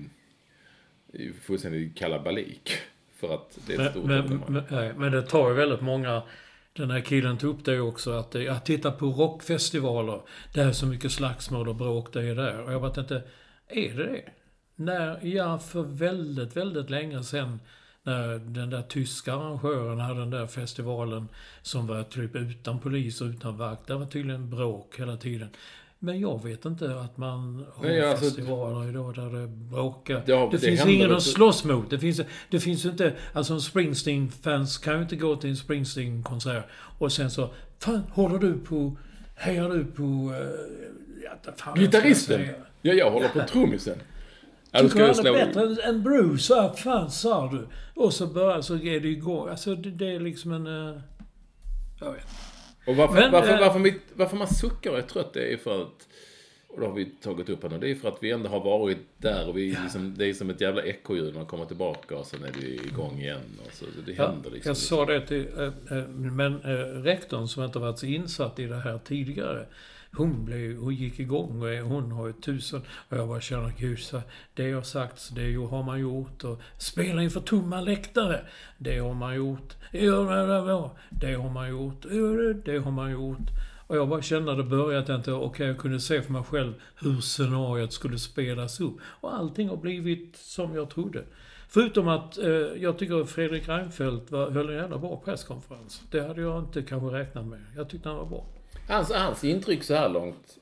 är ju fullständigt kalabalik. För att det är ett stort
men, men, men, men det tar ju väldigt många. Den här killen tog upp det också. Att jag tittar på rockfestivaler. Det är så mycket slagsmål och bråk det är där. Och jag bara tänkte, är det det? När jag för väldigt, väldigt länge sedan. När den där tyska arrangören hade den där festivalen. Som var typ utan polis och utan vakt. Det var tydligen bråk hela tiden. Men jag vet inte att man har Nej, alltså, festivaler idag där det bråkar. Ja, det, det finns ingen att slåss mot. Det finns, det finns inte... Alltså en Springsteen-fans kan ju inte gå till en Springsteen-konsert och sen så... Fan, håller du på... Hejar du på... Uh, ja, fan,
gitarristen? Ja, jag håller på trummisen.
Du ska han är bättre än Bruce. Så fan sa du. Och så börjar så är det igång. Alltså det, det är liksom en... Uh, jag vet.
Och varför, Men, varför, varför, vi, varför man suckar och är trött, det är för att, och då har vi tagit upp här nu, det är för att vi ändå har varit där och vi liksom, det är som ett jävla ekoljud när man kommer tillbaka och sen är vi igång igen och så, det händer liksom.
Jag sa det till, men rektorn som inte varit så insatt i det här tidigare, hon, blev, hon gick igång och hon har ju tusen och jag bara känner, gud, så det har sagt, det har man gjort och spela inför tomma läktare, det har man gjort, det har man gjort, det har man gjort. Och jag bara kände att det började inte, okej, okay, jag kunde se för mig själv hur scenariot skulle spelas upp. Och allting har blivit som jag trodde. Förutom att eh, jag tycker att Fredrik Reinfeldt var, höll en jävla bra presskonferens. Det hade jag inte kanske räknat med. Jag tyckte han var bra.
Hans, hans intryck så här långt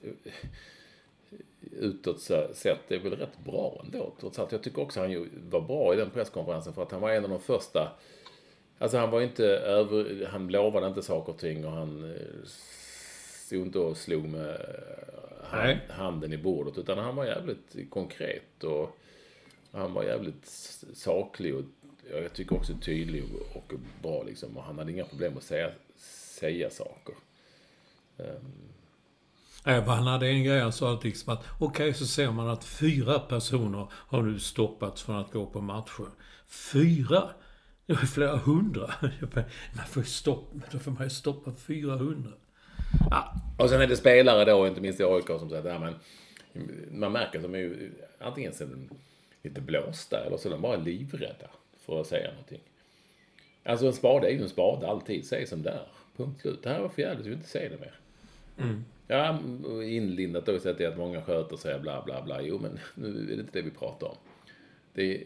utåt sett är väl rätt bra ändå. Trots att jag tycker också att han var bra i den presskonferensen för att han var en av de första. Alltså han var inte över, han lovade inte saker och ting och han stod inte och slog med hand, handen i bordet utan han var jävligt konkret och han var jävligt saklig och jag tycker också tydlig och, och bra liksom, och han hade inga problem att säga, säga saker. Um.
Nej, han hade en grej, han sa att liksom att okej, okay, så ser man att fyra personer har nu stoppats från att gå på matcher. Fyra! Det är flera hundra. Man får stoppa, då får man ju stoppa fyrahundra.
Ja. Och sen är det spelare då, inte minst i A I K, som säger att men man märker att de är ju antingen så är de lite blåsta eller så är de bara livrädda för att säga någonting. Alltså en spade är ju en spade alltid, säg som där. Punkt slut. Det här var för jävligt, vi vill inte säga det mer. Mm. Ja, inlindat då sett att många sköter sig bla bla bla. Jo, men nu är det inte det vi pratar om. Det är,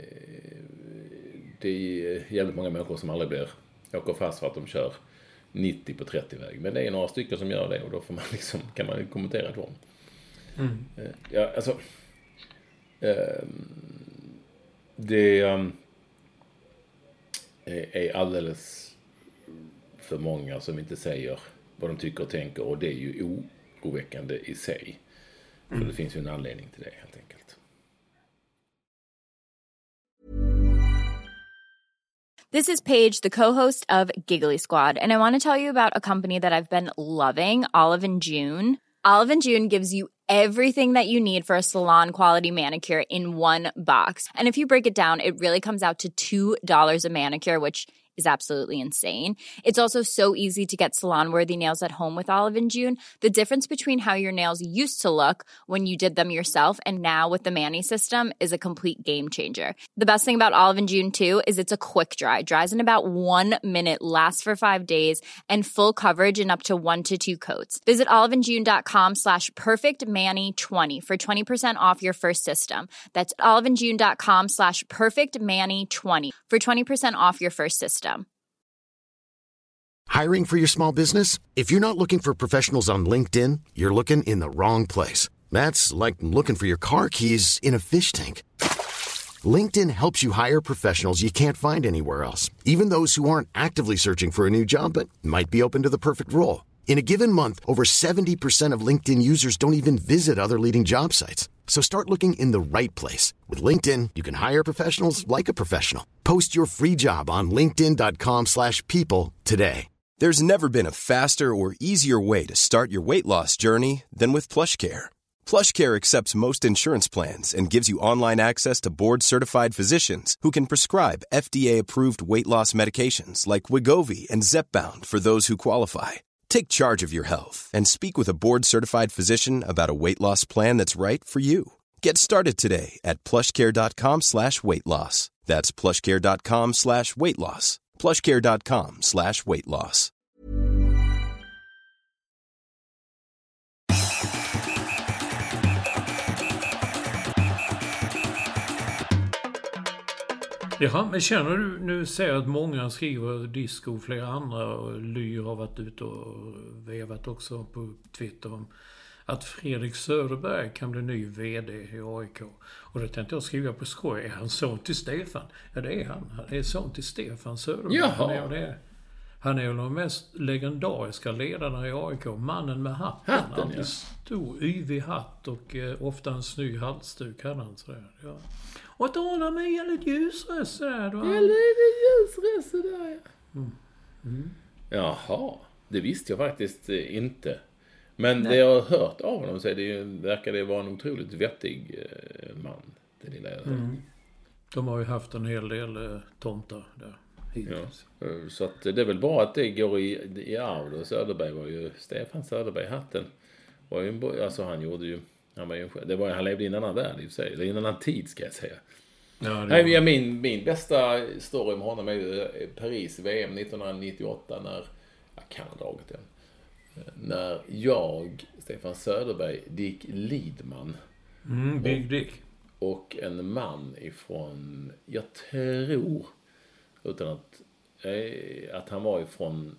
det är jävligt många människor som aldrig blir åker fast för att de kör nittio på trettio-väg. Men det är några stycken som gör det och då får man liksom, kan man kommentera dem. Mm. Ja, alltså det är alldeles för många som inte säger vad de tycker och tänker, och det är ju oroväckande i sig. Mm. För det finns ju en anledning till det, helt enkelt.
This is Paige, the co-host of Giggly Squad, and I want to tell you about a company that I've been loving, Olive and June. Olive and June gives you everything that you need for a salon-quality manicure in one box. And if you break it down, it really comes out to two dollars a manicure, which is absolutely insane. It's also so easy to get salon-worthy nails at home with Olive and June. The difference between how your nails used to look when you did them yourself and now with the Mani system is a complete game changer. The best thing about Olive and June, too, is it's a quick dry. Dries in about one minute, lasts for five days, and full coverage in up to one to two coats. Visit oliveandjune.com slash perfectmani20 for twenty percent off your first system. That's oliveandjune.com slash perfectmani20 for twenty percent off your first system.
Hiring for your small business? If you're not looking for professionals on LinkedIn, you're looking in the wrong place. That's like looking for your car keys in a fish tank. LinkedIn helps you hire professionals you can't find anywhere else, even those who aren't actively searching for a new job but might be open to the perfect role. In a given month, over seventy percent of LinkedIn users don't even visit other leading job sites. So start looking in the right place. With LinkedIn, you can hire professionals like a professional. Post your free job on linkedin.com slash people today.
There's never been a faster or easier way to start your weight loss journey than with PlushCare. PlushCare accepts most insurance plans and gives you online access to board-certified physicians who can prescribe F D A-approved weight loss medications like Wegovy and Zepbound for those who qualify. Take charge of your health and speak with a board-certified physician about a weight loss plan that's right for you. Get started today at plushcare.com slash weight loss. That's plushcare.com slash weight loss. plushcare.com slash weight loss.
Ja, men känner du, nu ser jag att många skriver disco och flera andra, och Lyr har varit ute och vevat också på Twitter om att Fredrik Söderberg kan bli ny vd i A I K. Och det tänkte jag skriva på skoj. Är han son till Stefan? Ja, det är han. Han är son till Stefan Söderberg.
Jaha.
Han är, det är. Han är ju de mest legendariska ledarna i A I K. Mannen med hatten.
Hatten,
Alltid
ja.
stor, yvig hatt och eh, ofta en snygg halsduk hade han sådär. Ja. Och talar med jävligt ljusröst sådär. Då han...
Jävligt ljusröst sådär, ja.
Mm. Mm.
Jaha, det visste jag faktiskt inte. Men
Nej.
det jag har hört av honom så är det ju, verkar det vara en otroligt vettig eh, man. Det lilla jag
mm. De har ju haft en hel del eh, tomtar där hittills.
Ja, så att det är väl bra att det går i, i arv då. Söderberg var ju, Stefan Söderberg, hatten. Var ju en, alltså han gjorde ju, han var ju, det var, han levde i en annan värld i och för sig. Eller i en annan tid ska jag säga.
Ja,
Nej, var... min, min bästa story med honom är ju Paris V M nittonhundranittioåtta när, jag kan ha dragit den. När jag, Stefan Söderberg, Dick Lidman
mm, Big Dick
och en man ifrån, jag tror utan att eh, att han var ifrån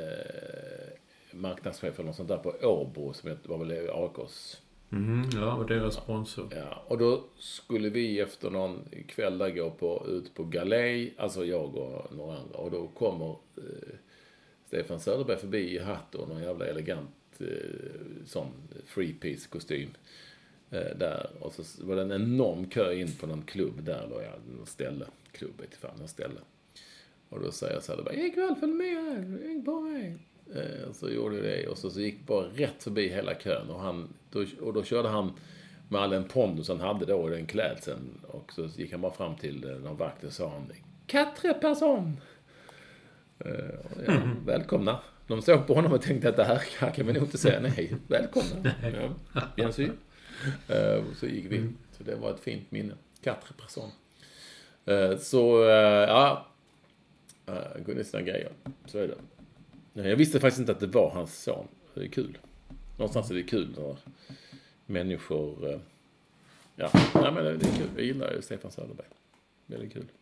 eh, marknadschef eller något sånt där på Åbo som var väl A K:s.
Mm, ja, och deras sponsor.
Ja, och då skulle vi efter någon kväll där gå på, ut på galej, alltså jag och några andra, och då kommer eh, Stefan Söderberg förbi i hatt och någon jävla elegant eh, sån three-piece kostym eh, där. Och så var det en enorm kö in på någon klubb där då, ja, någon ställe, klubb vet fan, någon ställe. Och då säger Söderberg, ikväll följ med här, häng på mig. Eh, så gjorde det, och så, så gick bara rätt förbi hela kön, och, han, då, och då körde han med all den pondus han hade då i den klädseln, och så gick han bara fram till någon vakt och sa han, Quatre personnes. Uh, ja, mm. Välkomna. De såg på honom och tänkte att det här, här kan vi nog inte säga nej. Välkomna. Ja, bien sûr. Uh, så gick vi. Mm. Så det var ett fint minne. Quatre personnes. Uh, så, uh, ja. Uh, Gunnista grejer. Så är det. Jag visste faktiskt inte att det var hans son. Det är kul. Någonstans är det kul när människor... Uh, ja, nej, men det är kul. Jag gillar Stefan Söderberg. Väldigt kul.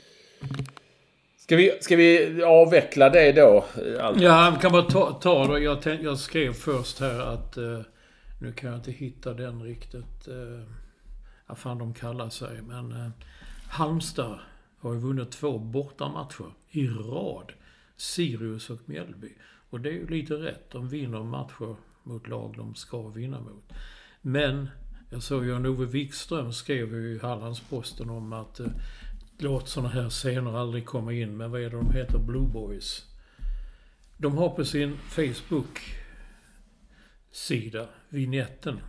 Ska vi, ska vi avveckla det då? Allt.
Ja, kan bara ta, ta då. Jag, tänk, jag skrev först här att uh, nu kan jag inte hitta den riktigt. Uh, vad fan de kallar sig. Men uh, Halmstad har ju vunnit två bortamatcher i rad. Sirius och Mjällby. Och det är ju lite rätt. De vinner matcher mot lag de ska vinna mot. Men jag såg ju Ove Wikström skrev ju i Hallandsposten om att uh, låt sådana här scener aldrig komma in. Men vad är det de heter? Blue Boys. De har på sin Facebook-sida, vignetten,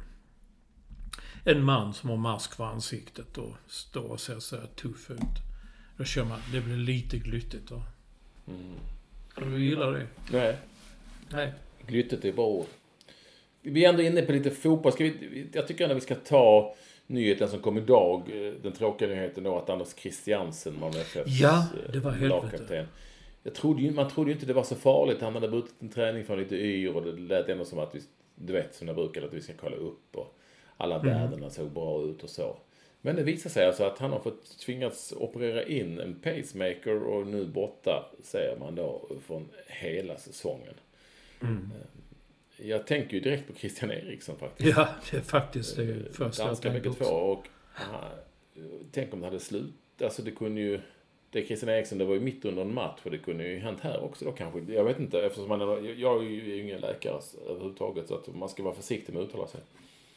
en man som har mask för ansiktet och står och ser så här tuff ut. Då kör man, det blir lite glyttigt då. Mm. Du gillar det?
Nej.
Nej.
Glyttigt är bara ord. Vi är ändå inne på lite fotboll. Ska vi, jag tycker ändå vi ska ta nyheten som kom idag. Den tråkiga nyheten då att Anders Christiansen var med för
ja, det var helvete.
Jag trodde ju, man trodde ju inte det var så farligt. Han hade brutit en träning från lite yr och det lät ändå som att vi, du vet som jag brukar, att vi ska kolla upp och alla värdena mm. såg bra ut och så. Men det visar sig alltså att han har fått tvingats operera in en pacemaker och nu borta, säger man då, från hela säsongen. Mm. Jag tänker ju direkt på Christian Eriksson faktiskt.
Ja, det är faktiskt det första jag
tänkte också. Och aha, tänk om det hade slut. Alltså det kunde ju, det Christian Eriksson, det var ju mitt under en match och det kunde ju hänt här också då kanske. Jag vet inte, eftersom man är, jag är ju ingen läkare överhuvudtaget så att man ska vara försiktig med att uttala sig.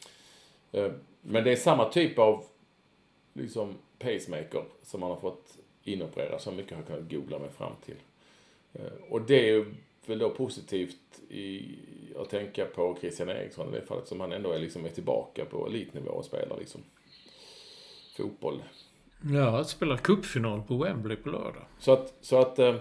Men det är samma typ av liksom pacemaker som man har fått inoperera, så mycket har jag kunnat googla mig fram till. Och det är ju väl då positivt i att tänka på Christian Eriksson i det fallet, som han ändå är, liksom är tillbaka på elitnivå och spelar liksom fotboll.
Ja, att spela cupfinal på Wembley på lördag.
Så att, så att eh,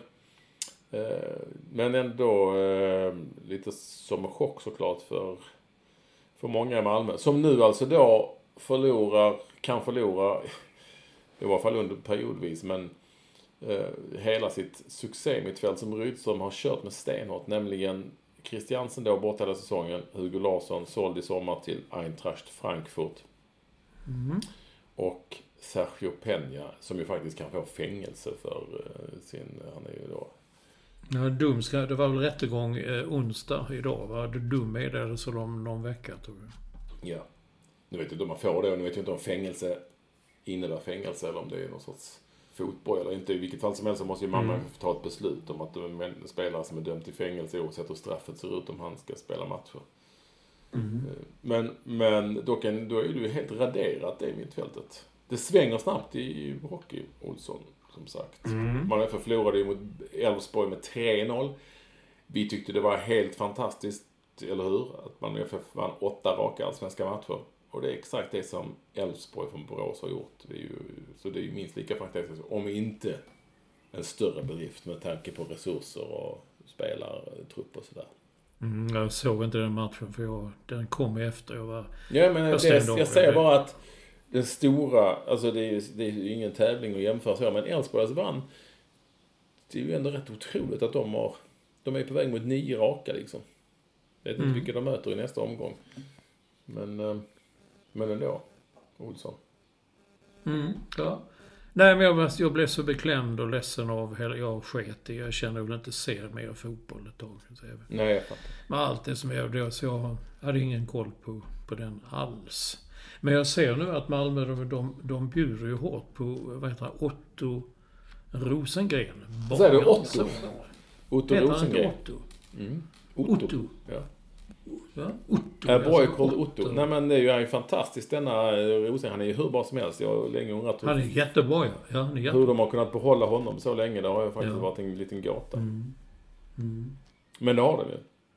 men ändå eh, lite som en chock såklart för, för många i Malmö. Som nu alltså då förlorar, kan förlora, i varje fall under periodvis, men eh, hela sitt succé mittfält som Rydström har kört med stenhårt, nämligen Christiansen då borta hela säsongen, Hugo Larsson såld i sommar till Eintracht Frankfurt. Mm. Och Sergio Peña, som ju faktiskt kan få fängelse för uh, sin, han är ju då...
Ja, dum ska, det var väl rättegång eh, onsdag idag, var det dum med det så de någon vecka tror jag.
Ja, nu vet jag inte om man får det och nu vet jag inte om fängelse innebär fängelse eller om det är någon sorts fotboll eller inte. I vilket fall som helst så måste ju mamma mm. ta ett beslut om att en spelare som är dömd till fängelse oavsett hur straffet ser ut om han ska spela matcher. Mm. Men, men då, kan, då är det ju helt raderat det i mittfältet. Det svänger snabbt i Rocky Olsson, som sagt. Mm. Man förlorade ju mot Elfsborg med tre noll. Vi tyckte det var helt fantastiskt, eller hur? Att man vann åtta raka allsvenska matcher. Och det är exakt det som Elfsborg från Borås har gjort. Det är ju, så det är ju minst lika fantastiskt, om inte en större bedrift med tanke på resurser och spelartrupp och sådär.
Mm, jag såg inte den matchen för jag, den kom efter. Jag var
ja, men det, jag, jag säger bara att den stora, alltså det är, det är ju ingen tävling att jämföra så, men Elfsborg alltså vann. Det är ju ändå rätt otroligt att de har, de är på väg mot nio raka liksom. Jag vet inte mm. vilka de möter i nästa omgång. Men, men ändå, Olsson.
Mm, ja. Nej, men jag, jag blev så beklämd och ledsen av hela, jag sket i. Jag känner väl inte se mer fotboll ett tag.
Nej, jag fattar.
Men allt det som är det, så jag hade ingen koll på, på den alls. Men jag ser nu att Malmö, de, de, de bjuder ju hårt på, vad heter det, Otto Rosengren.
Säger du Otto? Otto Rosengren?
Otto.
Mm.
Otto. Otto.
Ja.
Ja, Otto.
A boy called Otto. Otto. Nej, men det är ju en fantastisk denna Rosengren. Han är ju hur bra som helst. Jag har länge undrat hur,
han är jättebra, ja. Ja, han är jättebra.
Hur de har kunnat behålla honom så länge. Det har ju faktiskt ja. varit en liten gåta.
Mm. Mm.
Men det har det väl.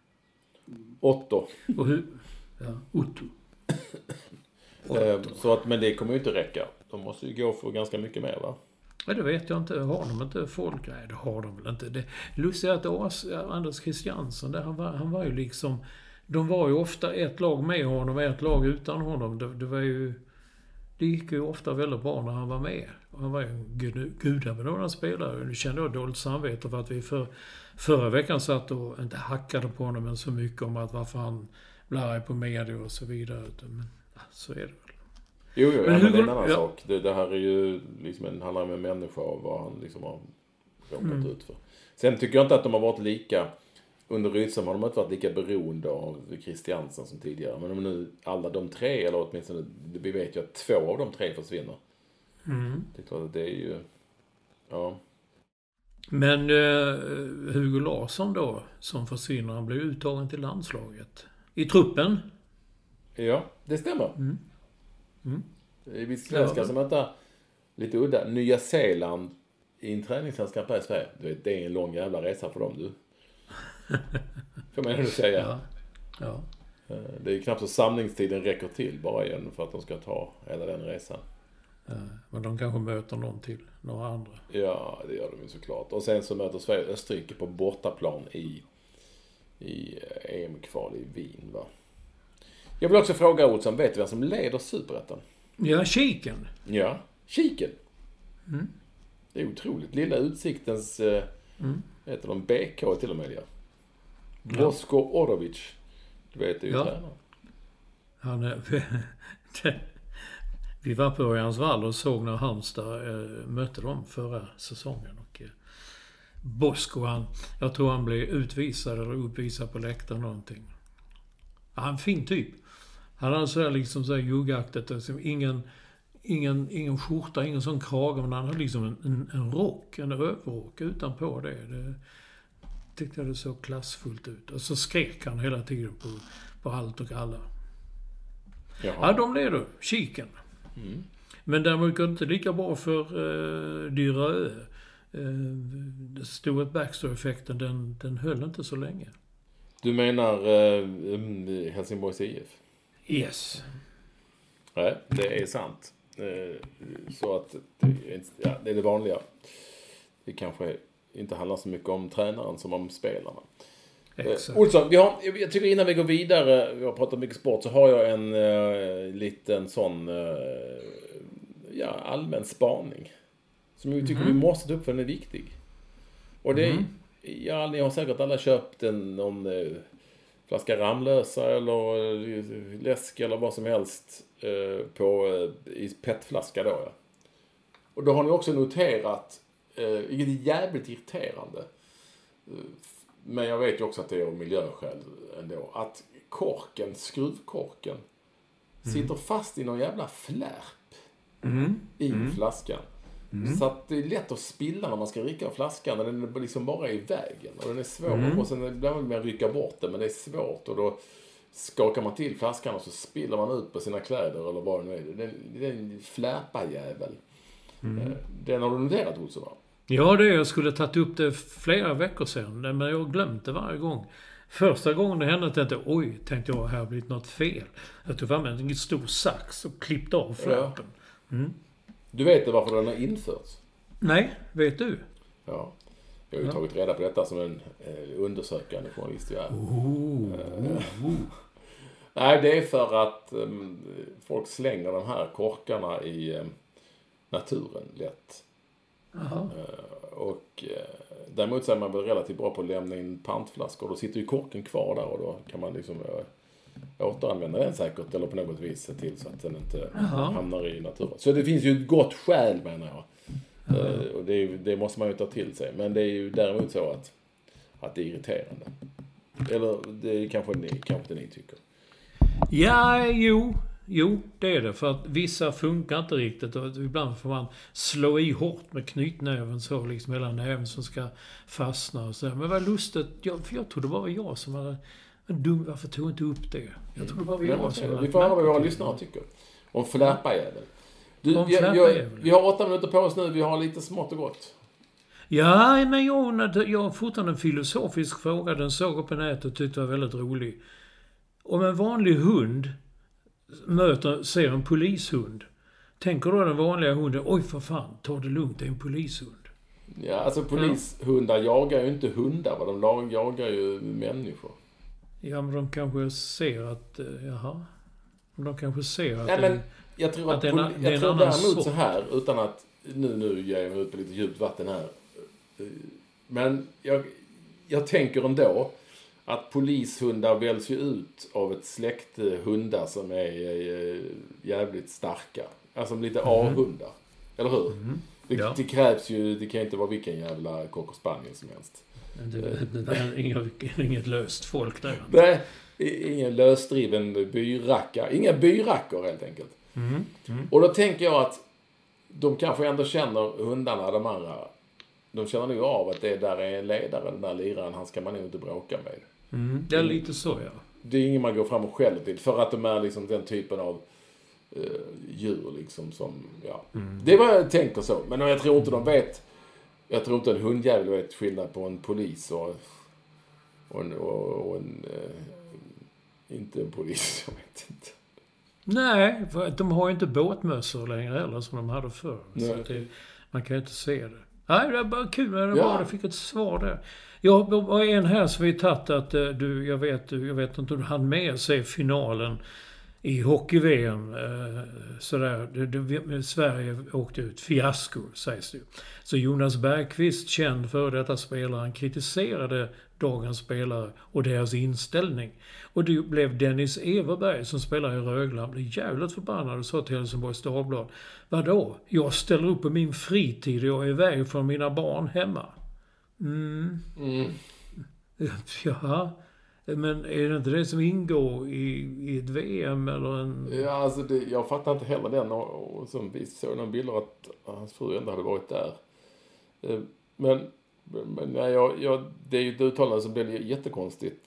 Otto.
Och hur? Ja, Otto.
Otto. Så att, men det kommer ju inte räcka. De måste ju gå för ganska mycket mer, va?
Ja, det vet jag inte. Har de inte folk? Nej, det har de väl inte. Det lustiga är att As, Anders Christiansen, där, han, var, han var ju liksom... De var ju ofta ett lag med honom och ett lag utan honom. Det, det var ju... Det gick ju ofta väldigt bra när han var med. Han var ju en gudabenådad spelare. Nu kände jag dåligt samvete för att vi för, förra veckan satt och inte hackade på honom men så mycket om att varför han blev arg på media och så vidare. Men ja, så är det väl.
Jo, jo,
men
ja,
hur,
men det är en annan
ja.
sak. Det, det här är ju liksom en, handlar om en människa och vad han liksom har råkat mm. ut för. Sen tycker jag inte att de har varit lika... Under Rydström har de inte varit lika beroende av Christiansen som tidigare. Men om nu alla de tre, eller åtminstone, vi vet ju att två av de tre försvinner.
Mm.
Det är klart att det är ju... Ja.
Men eh, Hugo Larsson då, som försvinner, han blev uttagen till landslaget. I truppen?
Ja, det stämmer.
Mm. Mm.
Vi svenskar ja. som inte lite udda. Nya Zeeland i en träningslandskamp här i Sverige. Det är en lång jävla resa för dem, du. Får man ändå säga.
Ja. Ja.
Det är knappt så samlingstiden räcker till bara igen för att de ska ta hela den resan.
Ja, men de kanske möter någon till, några andra.
Ja, det gör de ju såklart. Och sen så möter Sverige Österrike på bortaplan i, i E M-kval i Wien, va? Jag vill också fråga Olsson, vet du vem som leder Superettan?
Ja, Kiken.
Ja, Kiken.
Mm.
Det är otroligt. Lilla Utsiktens... Eh,
mm.
heter de B K till och med, ja. Bosko Orovic. Du vet, det är ju
ja.
tränare.
Han är... Vi var på Örjansvall och såg när Halmstad äh, mötte dem förra säsongen. Och äh, Bosko, han... Jag tror han blev utvisad eller uppvisad på läktaren någonting. Han är en fin typ. Han hade sådär liksom sådär juggaktigt. Liksom ingen, ingen, ingen skjorta, ingen sån krage. Men han hade liksom en, en, en rock, en överrock utanpå det. Det tyckte jag det så klassfullt ut. Och så skrek han hela tiden på, på allt och alla. Jaha. Ja, de leder. Kiken. Mm. Men däremot går det inte lika bra för uh, Dyrö. Uh, Stuart Baxter-effekten, den, den höll inte så länge.
Du menar uh, Helsingborgs I F?
Yes.
Nej, det är sant. Uh, så att det är, ja, det är det vanliga. Det kanske inte handlar så mycket om tränaren som om spelarna.
Exakt.
Uh, Olsson, vi har, jag tycker innan vi går vidare, vi har pratat mycket sport, så har jag en uh, liten sån uh, ja, allmän spaning. Som jag tycker mm-hmm. vi måste ta upp för den är viktig. Och det är, mm. ja, ni har säkert alla köpt en någon uh, flaska Ramlösa eller uh, läsk eller vad som helst uh, på, uh, i petflaska då. Ja. Och då har ni också noterat, uh, vilket är jävligt irriterande, uh, men jag vet ju också att det är av miljöskäl ändå, att korken, skruvkorken, mm. sitter fast i någon jävla flärp mm. i mm. flaskan. Mm. Så att det är lätt att spilla när man ska rycka flaskan, och den är liksom bara i vägen. Och den är svår, mm. och sen blir man rycka bort den, men det är svårt. Och då skakar man till flaskan och så spiller man ut på sina kläder eller vad det nu är. Det är en flärpajävel. Mm. Den har du noterat, Olsson, va?
Ja, det jag skulle tagit upp det flera veckor sedan, men jag har glömt det varje gång. Första gången det hände tänkte jag, oj, tänkte jag, här har blivit något fel. Jag tog fram en stor sax och klippte av flöpen. Mm.
Du vet varför den har införts?
Nej, vet du?
Ja, jag har ju ja. tagit reda på detta som en eh, undersökande journalist. Ja.
Oh, oh, oh.
Nej, det är för att um, folk slänger de här korkarna i um, naturen lätt. Uh, och uh, däremot så är man väl relativt bra på att lämna in pantflaskor. Då sitter ju korken kvar där och då kan man liksom uh, återanvända den säkert eller på något vis se till så att den inte uh-huh. hamnar i naturen. Så det finns ju ett gott skäl, menar jag. Uh-huh. Uh, och det, det måste man ju ta till sig. Men det är ju däremot så att, att det är irriterande. Eller det kanske ni, kanske ni tycker.
Ja, jo. Jo, det är det. För att vissa funkar inte riktigt. Och ibland får man slå i hårt med knytnäven så liksom hela näven som ska fastna. Och så. Men vad lustigt. Jag, för jag trodde det bara var jag som hade... Dum, varför tog jag inte upp det? Jag trodde det bara var jag som hade...
Vi får höra vad våra lyssnare tycker. Om flärpajävel. Du, Om flärpajävel. Vi har åtta minuter på oss nu. Vi har lite smått och gott.
Ja, men jag, jag har fortfarande en filosofisk fråga. Den såg upp på nätet och tyckte var väldigt rolig. Om en vanlig hund möter, ser en polishund, tänker då den vanliga hunden, oj för fan, ta det lugnt, det är en polishund.
Ja, alltså polishundar mm. jagar ju inte hundar, va? De jagar ju människor.
Ja, men de kanske ser att, jaha, de kanske ser att...
Ja,
det,
men jag tror att, att
det är,
jag
det är
tror
en
däremot
sort.
Så här, utan att, nu, nu ger jag mig ut på lite djupt vatten här. Men jag, jag tänker ändå att polishundar väljs ju ut av ett släkt hundar som är jävligt starka. Alltså lite mm. A-hundar. Eller hur? Mm. Det, ja. det krävs ju, det kan inte vara vilken jävla cocker spaniel som helst.
Det, det, det är inget, inget löst folk där.
Nej, ingen lösdriven byrackar. Inga byrackor helt enkelt.
Mm. Mm.
Och då tänker jag att de kanske ändå känner hundarna, de andra. De känner nog av att det där är en ledare, den där liraren, han ska man nog inte bråka med.
Mm. Det är lite så, ja.
Det är ingen man går fram och skäller till. För att de är liksom den typen av uh, djur liksom som, ja. Mm. Det är vad jag tänker så. Men jag tror inte de vet, jag tror inte en hundjävel vet skillnad på en polis och, och en, och, och en uh, inte en polis, jag vet inte.
Nej, för de har ju inte båtmössor längre heller som de hade förr. Så det, man kan ju inte se det. Nej, det är bara kul. Det var, ja. Jag fick ett svar där. Jag har en här som vi tagit att du, jag vet, jag vet inte om du hann med sig finalen i hockey-V M. Sådär, det, det, Sverige åkte ut. Fiasko, sägs det. Så Jonas Bergqvist, känd för detta spelaren, kritiserade dagens spelare och deras inställning. Och det blev Dennis Everberg som spelar i Rögle. Blev jävligt förbannad och sa till Helsingborgs Dagblad: vadå? Jag ställer upp på min fritid och jag är iväg från mina barn hemma. Mm.
Mm.
Ja, men är det inte det som ingår i, i ett V M eller en...
Ja, alltså det, jag fattar inte heller den. Och, och som vi såg några bilder att hans fru ändå hade varit där. Men, men ja, jag, jag, det är ju ett uttalande som blev jättekonstigt.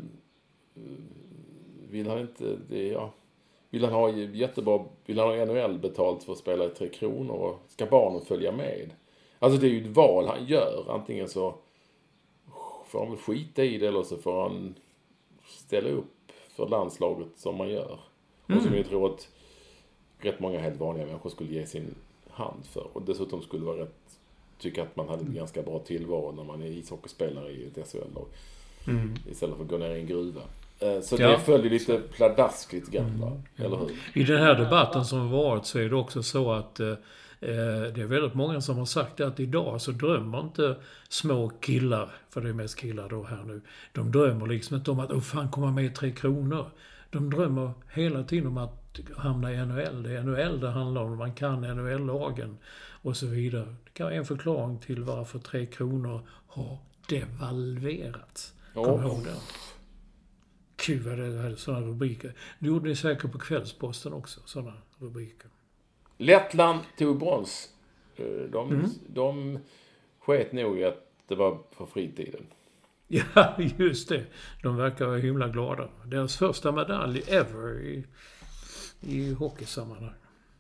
Vill han inte... Det, ja. Vill han ha jättebra... Vill han ha N H L betalt för att spela i Tre Kronor? Och ska barnen följa med? Alltså det är ju ett val han gör. Antingen så får han väl skita i det eller så får han ställa upp för landslaget som man gör. Mm. Och som jag tror att rätt många helt vanliga människor skulle ge sin hand för. Och dessutom skulle vara rätt, tycka att man hade en ganska bra tillvaro när man är ishockeyspelare i ett S H L-lag. Mm. Istället för att gå ner i en gruva. Så det ja. följer lite pladaskligt gamla, mm. eller hur?
I den här debatten som har varit så är det också så att eh, det är väldigt många som har sagt att idag så drömmer inte små killar, för det är mest killar då här nu, de drömmer liksom inte om att, åh fan, komma med i Tre Kronor. De drömmer hela tiden om att hamna i N H L. Det är N H L det handlar om, man kan N H L-lagen och så vidare. Det kan vara en förklaring till varför Tre Kronor har devalverats. Kom oh. ihåg det. Kul vad det hade sådana rubriker. Det gjorde ni säkert på Kvällsposten också, sådana rubriker.
Lettland tog brons. De,
mm.
de sket nog att det var på fritiden.
Ja, just det. De verkar vara himla glada. Deras första medalj ever i, i hockeysammanhang.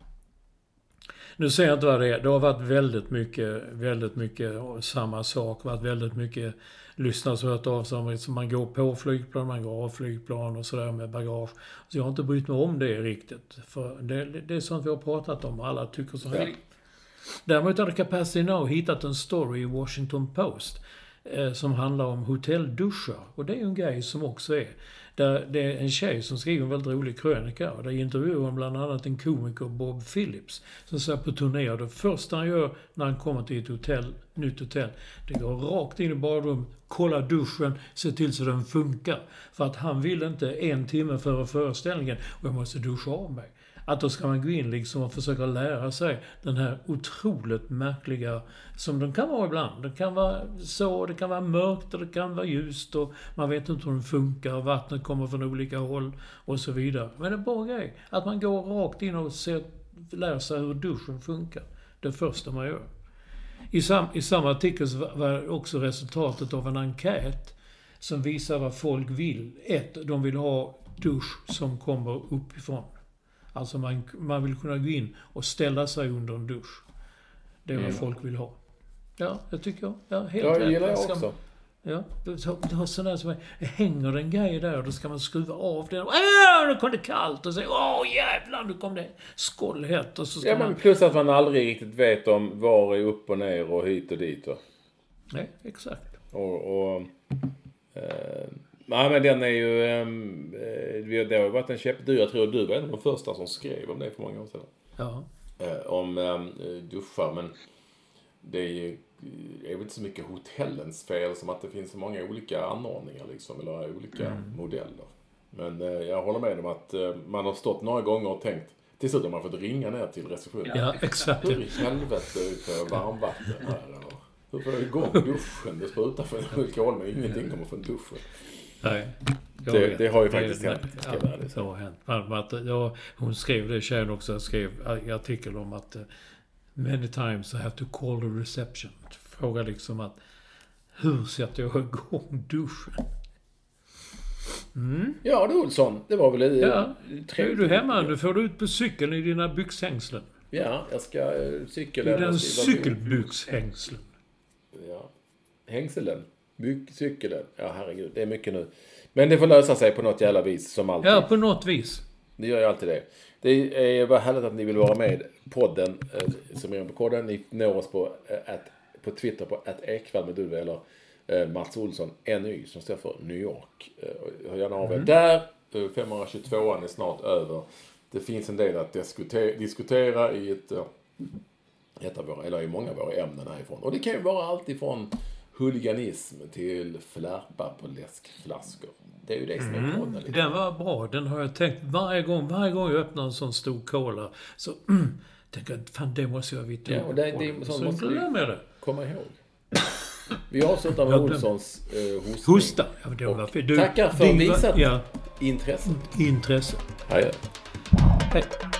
Nu säger jag inte vad det är. Det har varit väldigt mycket, väldigt mycket samma sak. Varit väldigt mycket lyssnare och hört av sig. Så man går på flygplan, man går av flygplan och sådär med bagage. Så jag har inte brytt mig om det riktigt. För det, det är sånt vi har pratat om. Alla tycker så här. Ja. Däremot hade Capacity Now hittat en story i Washington Post eh, som handlar om hotellduschar. Och det är ju en grej som också är. Där det är en tjej som skriver en väldigt rolig krönika. Och där intervjuar hon bland annat en komiker, Bob Phillips, som säger på turné. Och det första han gör när han kommer till ett hotell, nytt hotell, det går rakt in i badrum, kolla duschen, se till så den funkar. För att han vill inte en timme före föreställningen och jag måste duscha av mig. Att då ska man gå in liksom och försöka lära sig den här otroligt märkliga, som den kan vara ibland. Det kan vara så, det kan vara mörkt och det kan vara ljust och man vet inte hur den funkar och vattnet kommer från olika håll och så vidare. Men det är bara grej att man går rakt in och ser, lär sig hur duschen funkar. Det första man gör. I, sam, i samma artikel var också resultatet av en enkät som visar vad folk vill. Ett, de vill ha dusch som kommer uppifrån. Alltså man, man vill kunna gå in och ställa sig under en dusch. Det är vad mm. folk vill ha. Ja, det tycker jag. Ja, helt
jag
rätt.
gillar jag också.
Ja, du har sådana som hänger en grej där och då ska man skruva av den. Åh, nu kom det kallt och så åh jävlar, nu kom det skållhett och så ska
ja, men
man...
plus att man aldrig riktigt vet om var är upp och ner och hit och dit. Och...
Nej, exakt.
Och... och eh... Nej, men den är ju... Eh, det har ju varit en käppdyr. Jag tror du var en av de första som skrev om det för många år sedan.
Ja.
Eh, om eh, duschar, men det är ju är väl inte så mycket hotellens fel som att det finns så många olika anordningar liksom, eller olika mm. modeller. Men eh, jag håller med om att eh, man har stått några gånger och tänkt, till slut har man fått ringa ner till receptionen.
Ja, exakt.
Hur i helvete för varmvatten här? Eller? Hur får du igång duschen? Det sprutar för en kolm, men ingenting kommer från duschen.
Nej.
Det, det har ju faktiskt
det,
hänt.
Ja, det har hänt. Man, att, ja, hon skrev det, tjejen också skrev i artikel om att uh, many times I have to call the reception. Fråga liksom att hur sätter jag igång duschen? Mm.
Ja, det Olsson. Det var väl...
Ja, nu är du hemma. Nu får du ut på cykeln i dina byxhängslen.
Ja, jag ska uh, cykeln...
I den cykelbyxhängslen.
Ja, hängselen. Byck, cykeln. Ja, herregud. Det är mycket nu. Men det får lösa sig på något jävla vis, som alltid.
Ja, på något vis.
Det gör ju alltid det. Det är bara härligt att ni vill vara med podden, eh, som är på koden. Ni når oss på, eh, at, på Twitter på att ekvall med du eller eh, Mats Olsson N Y som står för New York. Eh, hör gärna av er mm. där. Eh, femhundratjugotvåan är snart över. Det finns en del att diskutera, diskutera i ett, eh, ett av våra, eller i många av våra ämnen härifrån. Och det kan ju vara allt ifrån huliganism till flärpa på läskflaskor. Det är ju det som är
mm.
podden. Liksom.
Den var bra. Den har jag tänkt varje gång. Varje gång jag öppnar en sån stor cola. Så mm, tänker jag, fan det måste jag veta.
Ja, och det, det är så måste vi
med det.
komma ihåg. Vi har avslutat med Olssons eh, hostning.
Hosta. Ja, det var
du, tackar för
din,
visat
ja,
intresse.
Intresse.
Hej.
Hej.